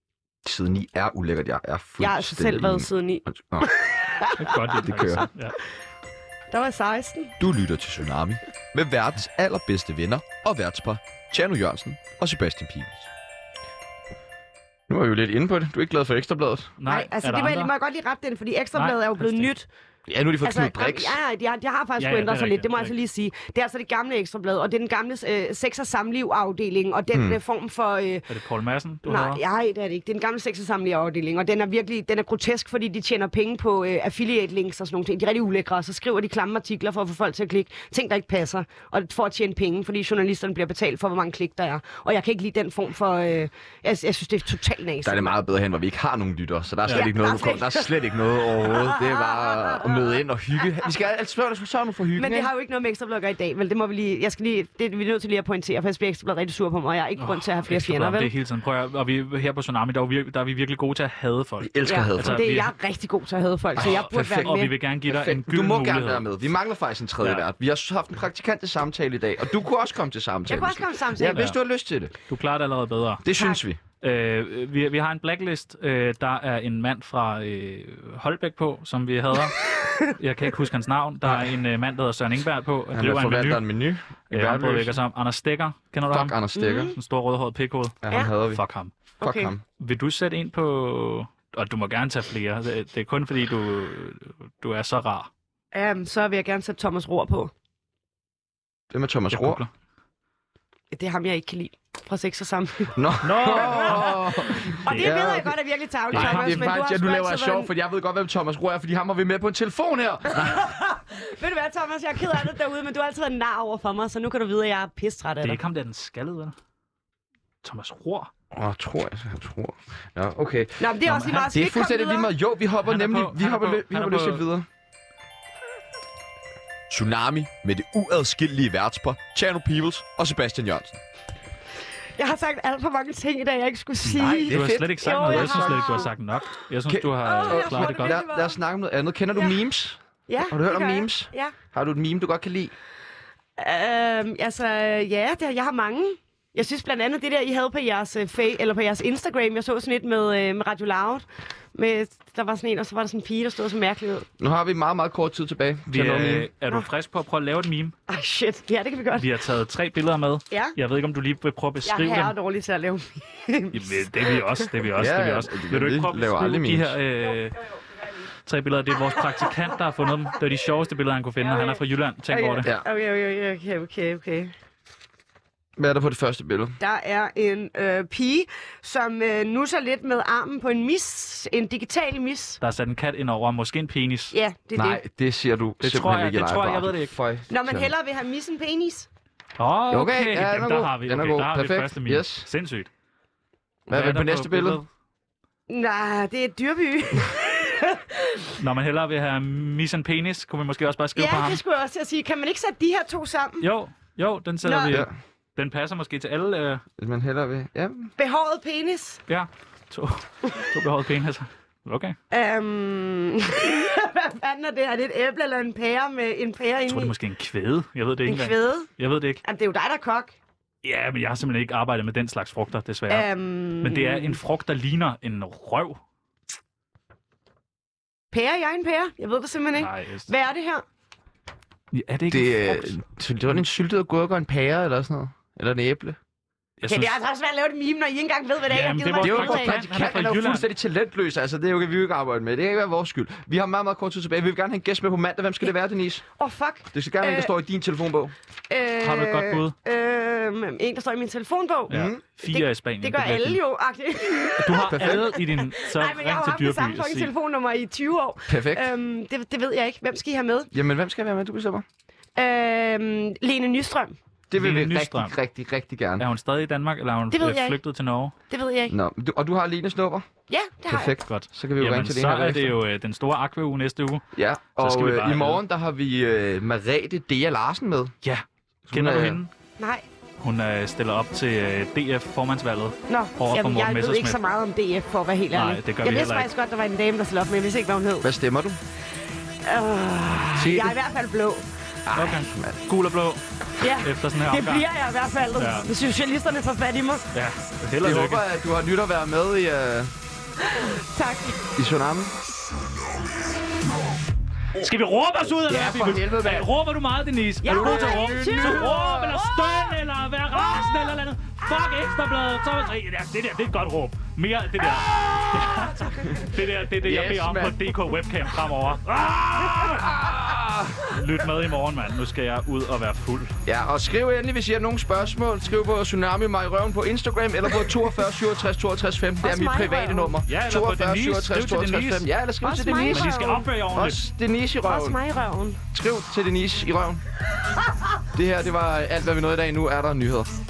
Siden I er ulækkert. Jeg er fuldstændig... Jeg har selv været siden I. Det er godt, det, det kører. Ja. Der var seksten. Du lytter til Tsunami med verdens allerbedste venner og værtspar, Tjerno Jørgensen og Sebastian Peoples. Nu er vi jo lidt inde på det. Du er ikke glad for Ekstrabladet? Nej, Nej altså det må jeg, må jeg godt lige rette den, fordi Ekstrabladet er jo blevet nyt. Ja, nu er de fået altså, Knud Brix. Ja, de har, de har faktisk ja, ja, ja, ændret sig rigtigt, lidt, det må jeg altså lige sige. Det er altså det gamle Ekstrablad, og det er den gamle øh, sex- og samliv-afdeling, og den hmm. form for... Øh, er det Poul Madsen, du nej, har? Nej, det er det ikke. Det er den gamle sex- og samliv-afdeling, og den er virkelig den er grotesk, fordi de tjener penge på øh, affiliate-links og sådan nogle ting. De er rigtig ulækre, og så skriver de klamme artikler for at få folk til at klikke ting, der ikke passer, og for at tjene penge, fordi journalisterne bliver betalt for, hvor mange klik der er. Og jeg kan ikke lide den form for... Øh, jeg, jeg synes, det er totalt næse. Der er det meget bedre hen, hvor vi ikke har nogen lytter, så der er slet, ja, ikke, noget, der er der er slet ikke noget overhovedet. Det er bare at møde ind og hygge. Vi skal altid spørge, du sørge for hyggen. Men det har jo ikke noget med Ekstrabladet i dag, vel? Det må vi lige... Jeg skal lige... Det er vi nødt til lige at pointere, for jeg bliver Ekstrabladet rigtig sur på mig, og jeg har ikke grund til at have flere fjender, vel? Det er hele tiden. Prøv at, og vi her på Tsunami, der er, virkelig, der er vi virkelig gode til at hade folk. Vi elsker ja, at hade folk. Altså, det er jeg rigtig god til at hade folk, så jeg burde perfekt. være med. Og vi vil gerne give dig perfekt. en gylden Du må mulighed. gerne være med. Vi mangler faktisk en tredje Ja. vært. Vi har haft en praktikant til samtale i dag, og du kunne også komme til samtale. Jeg kunne også komme til samtale. Ja, hvis du har lyst til det. Du klarer det allerede bedre. Det synes vi. Øh, vi, vi har en blacklist. Øh, der er en mand fra øh, Holbæk på, som vi hader. Jeg kan ikke huske hans navn. Der er en øh, mand, der hedder Søren Ingberg på. Han er forvalter en menu. Øh, han bryder ikke sammen. Anders Stikker, kender du Fuck ham? Anders Stikker. Den store rødhårede pikhoved. Ja, han hader vi. Fuck ham. Fuck Okay. ham. Vil du sætte en på... Og du må gerne tage flere. Det, det er kun fordi, du, du er så rar. Um, så vil jeg gerne sætte Thomas Rohr på. Hvem er Thomas Jeg Rohr? googler. Det er ham, jeg ikke kan lide. Fra sex og samliv. Nå. Nå! Og det Ja, ved jeg okay. godt er virkelig tavligt, Nej, Thomas, det er men du har faktisk, ja, sgu du laver altid sjov, været for jeg ved godt, hvem Thomas Rohr er, fordi ham var vi med på en telefon her. Ved du hvad, Thomas, jeg er ked af det derude, men du har altid været nar over for mig, så nu kan du vide, at jeg er pistræt af Det er dig. ikke ham, der er den skaldede, vel? Thomas Rohr. Åh, oh, tror jeg, jeg tror. Ja, okay. Nå, men det er Nå, også lige men meget. Det er fuldstændig lige meget. Jo, vi hopper Han er nemlig, på- vi han er hopper, på- lø- vi han er hopper løs på- lidt videre. Tsunami med det uadskillelige værtspar, Tjerno Peoples og Sebastian Jørgensen. Jeg har sagt alt for mange ting i dag, jeg ikke skulle sige. Nej, det Du er har fedt. slet ikke sagt Jo, noget. jeg Jeg synes slet har. ikke, du har sagt nok. Jeg synes, Kan- du har Åh, jeg klaret tror, det godt. det Lad, lad os snakke om noget andet. Kender du Ja. memes? Ja, Har du hørt det om gør jeg. memes? Ja. Har du et meme, du godt kan lide? Øhm, altså, ja, det, jeg har mange. Jeg synes blandt andet det der, I havde på jeres, uh, fa- eller på jeres Instagram, jeg så sådan et med, uh, med Radio Loud. Med, der var sådan en, og så var der sådan en pige, der stod så mærkeligt ud. Nu har vi meget, meget kort tid tilbage. Vi til noget er, meme. er du frisk på at prøve at lave et meme? Ej, shit. Ja, det kan vi godt. Vi har taget tre billeder med. Ja. Jeg ved ikke, om du lige vil prøve at Jeg beskrive er her dem. dårlig til at lave. Jamen, det er vi også, det er vi også, Ja, det er vi ja, også. det- Vil du vi ikke prøve at laver aldrig beskrive de memes. her øh, tre billeder? Det er vores praktikant, der har fundet dem. Det er de sjoveste billeder, han kunne finde, og han er fra Jylland. Tænk over det. Ja. Okay, okay, okay, okay, okay. Hvad er der på det første billede? Der er en øh, pige, som øh, nusser lidt med armen på en mis, en digital mis. Der er sat en kat ind over, måske en penis. Ja, det er Nej, det. det siger du Det simpelthen tror jeg- ikke i det tror jeg, live jeg ved det ikke. Føj. Når man hellere vil have mis end penis. Åh, okay. Okay, okay. ja, den er Jamen, der god. har vi, Den er okay, god. der har vi Perfekt. første meme. Yes. Sindssygt. Hvad er der på næste billede? Nej, det er et dyrby. Når man hellere vil have mis and penis, kunne vi måske også bare skrive på Ja, ham. det skulle jeg også til at sige. Kan man ikke sætte de her to sammen? Jo, jo, den sætter Nå. vi. Ja. Den passer måske til alle. Øh, Hvis man hellere vil. Ja. Behåret penis. ja, to, to behåret peniser. Okay. Øhm... Hvad fanden er det her? Er det et æble eller en pære med en pære Jeg inde tror, det er i? måske en kvæde. Jeg ved det ikke En engang. kvæde? Jeg ved det ikke. Jamen, det er jo dig, der er kok. Ja, men jeg har simpelthen ikke arbejdet med den slags frugter, desværre. Øhm... Men det er en frugt, der ligner en røv. Pære? Jeg er en pære? Jeg ved det simpelthen ikke. Nej, yes. Hvad er det her? Ja, er det ikke Det en er, frugt? det var en syltet agurk og en pære eller sådan noget. Eller en æble. Jeg Okay, det er altså også svært at lave et meme, når I ikke engang ved, hvad det er. Jeg Jamen, gider det mig var Det er jo vores ikke vores praktikant. praktikant. praktikant, han er jo Jylland. fuldstændig talentløs. Altså, det er jo, kan vi jo ikke arbejde med. Det kan ikke være vores skyld. Vi har meget, meget kort tid tilbage. Vi vil gerne have en gæst med på mandag. Hvem skal det være, Denise? Åh, oh, fuck. Det skal gerne være en, der Øh, står i din telefonbog. Øh, Har du et godt bud? Øh, en, der står i min telefonbog. Ja, fire i Spanien. Det gør bliver alle fint. jo, agtigt. Du har alle i din... Så Nej, men jeg har ring jo til haft det Dyrby samme og fucking sig. telefonnummer i tyve år. Perfekt. Øhm, det, det ved jeg ikke. Hvem skal I have med? Jamen, hvem skal være med, du bestemmer? Øhm, Lene Nystrøm. Det vil Lene vi Nystrøm. rigtig, rigtig, rigtig gerne. Er hun stadig i Danmark, eller er hun Det ved øh, jeg ikke. flygtet til Norge? Det ved jeg ikke. Nå, du, og du har Lenes nummer? Ja, det har jeg. Perfekt. Godt. Så kan vi jo Jamen, ringe til så Lene er det jo øh, den store Aqua-uge næste uge. Ja, og skal vi øh, bare i morgen, der har vi øh, Merete Dea Larsen med. Ja. Kender du er- hende? Nej. Hun øh, stiller op til øh, D F-formandsvalget. Nå, Over for jamen, Morten jeg ved Messerschmidt. ikke så meget om D F, for at være helt ærlig. Nej, det gør jeg vi vidste heller faktisk godt, der var en dame, der stillede op, men jeg vidste ikke, hvad hun hed. Hvad stemmer du? Uh, Sig jeg er det. i hvert fald blå. Okay. Gul og blå. Ja, Efter sådan her det omgang. bliver jeg i hvert fald. Ja. Hvis socialisterne får fat i mig. Ja, held og Jeg lykke. håber, at du har nyt at være med i, uh, Tak. i Tsunami. Skal vi råbe os ud, eller Ja, hvad? for helvede, mand. Råber du meget, Denise? Jeg er du god til at råber råbe? hele Så tiden. råb, eller støn, eller vær rasende, eller noget andet. Fuck Ekstrabladet. Så, ja, det der, det er et godt råb. Mere det der. det der, det er det, jeg Yes, beder om man. på D K Webcam fremover. Lyt med i morgen, mand. Nu skal jeg ud og være fuld. Ja, og skriv endelig, hvis I har nogle spørgsmål. Skriv på Tsunami mig i røven på Instagram, eller på toogfyrre syvogtres toogtres femten. Det er Også mit mig i private røven. nummer. Ja, eller på toogfyrre Denise. syvogtres Skriv til toogtres Denise. femten. Ja, eller skriv Også til mig i Denise. Men de skal røven. opføre jer ordentligt. Også Denise i Også røven. mig i røven. Skriv til Denise i røven. Det her, det var alt, hvad vi nåede i dag. Nu er der nyheder.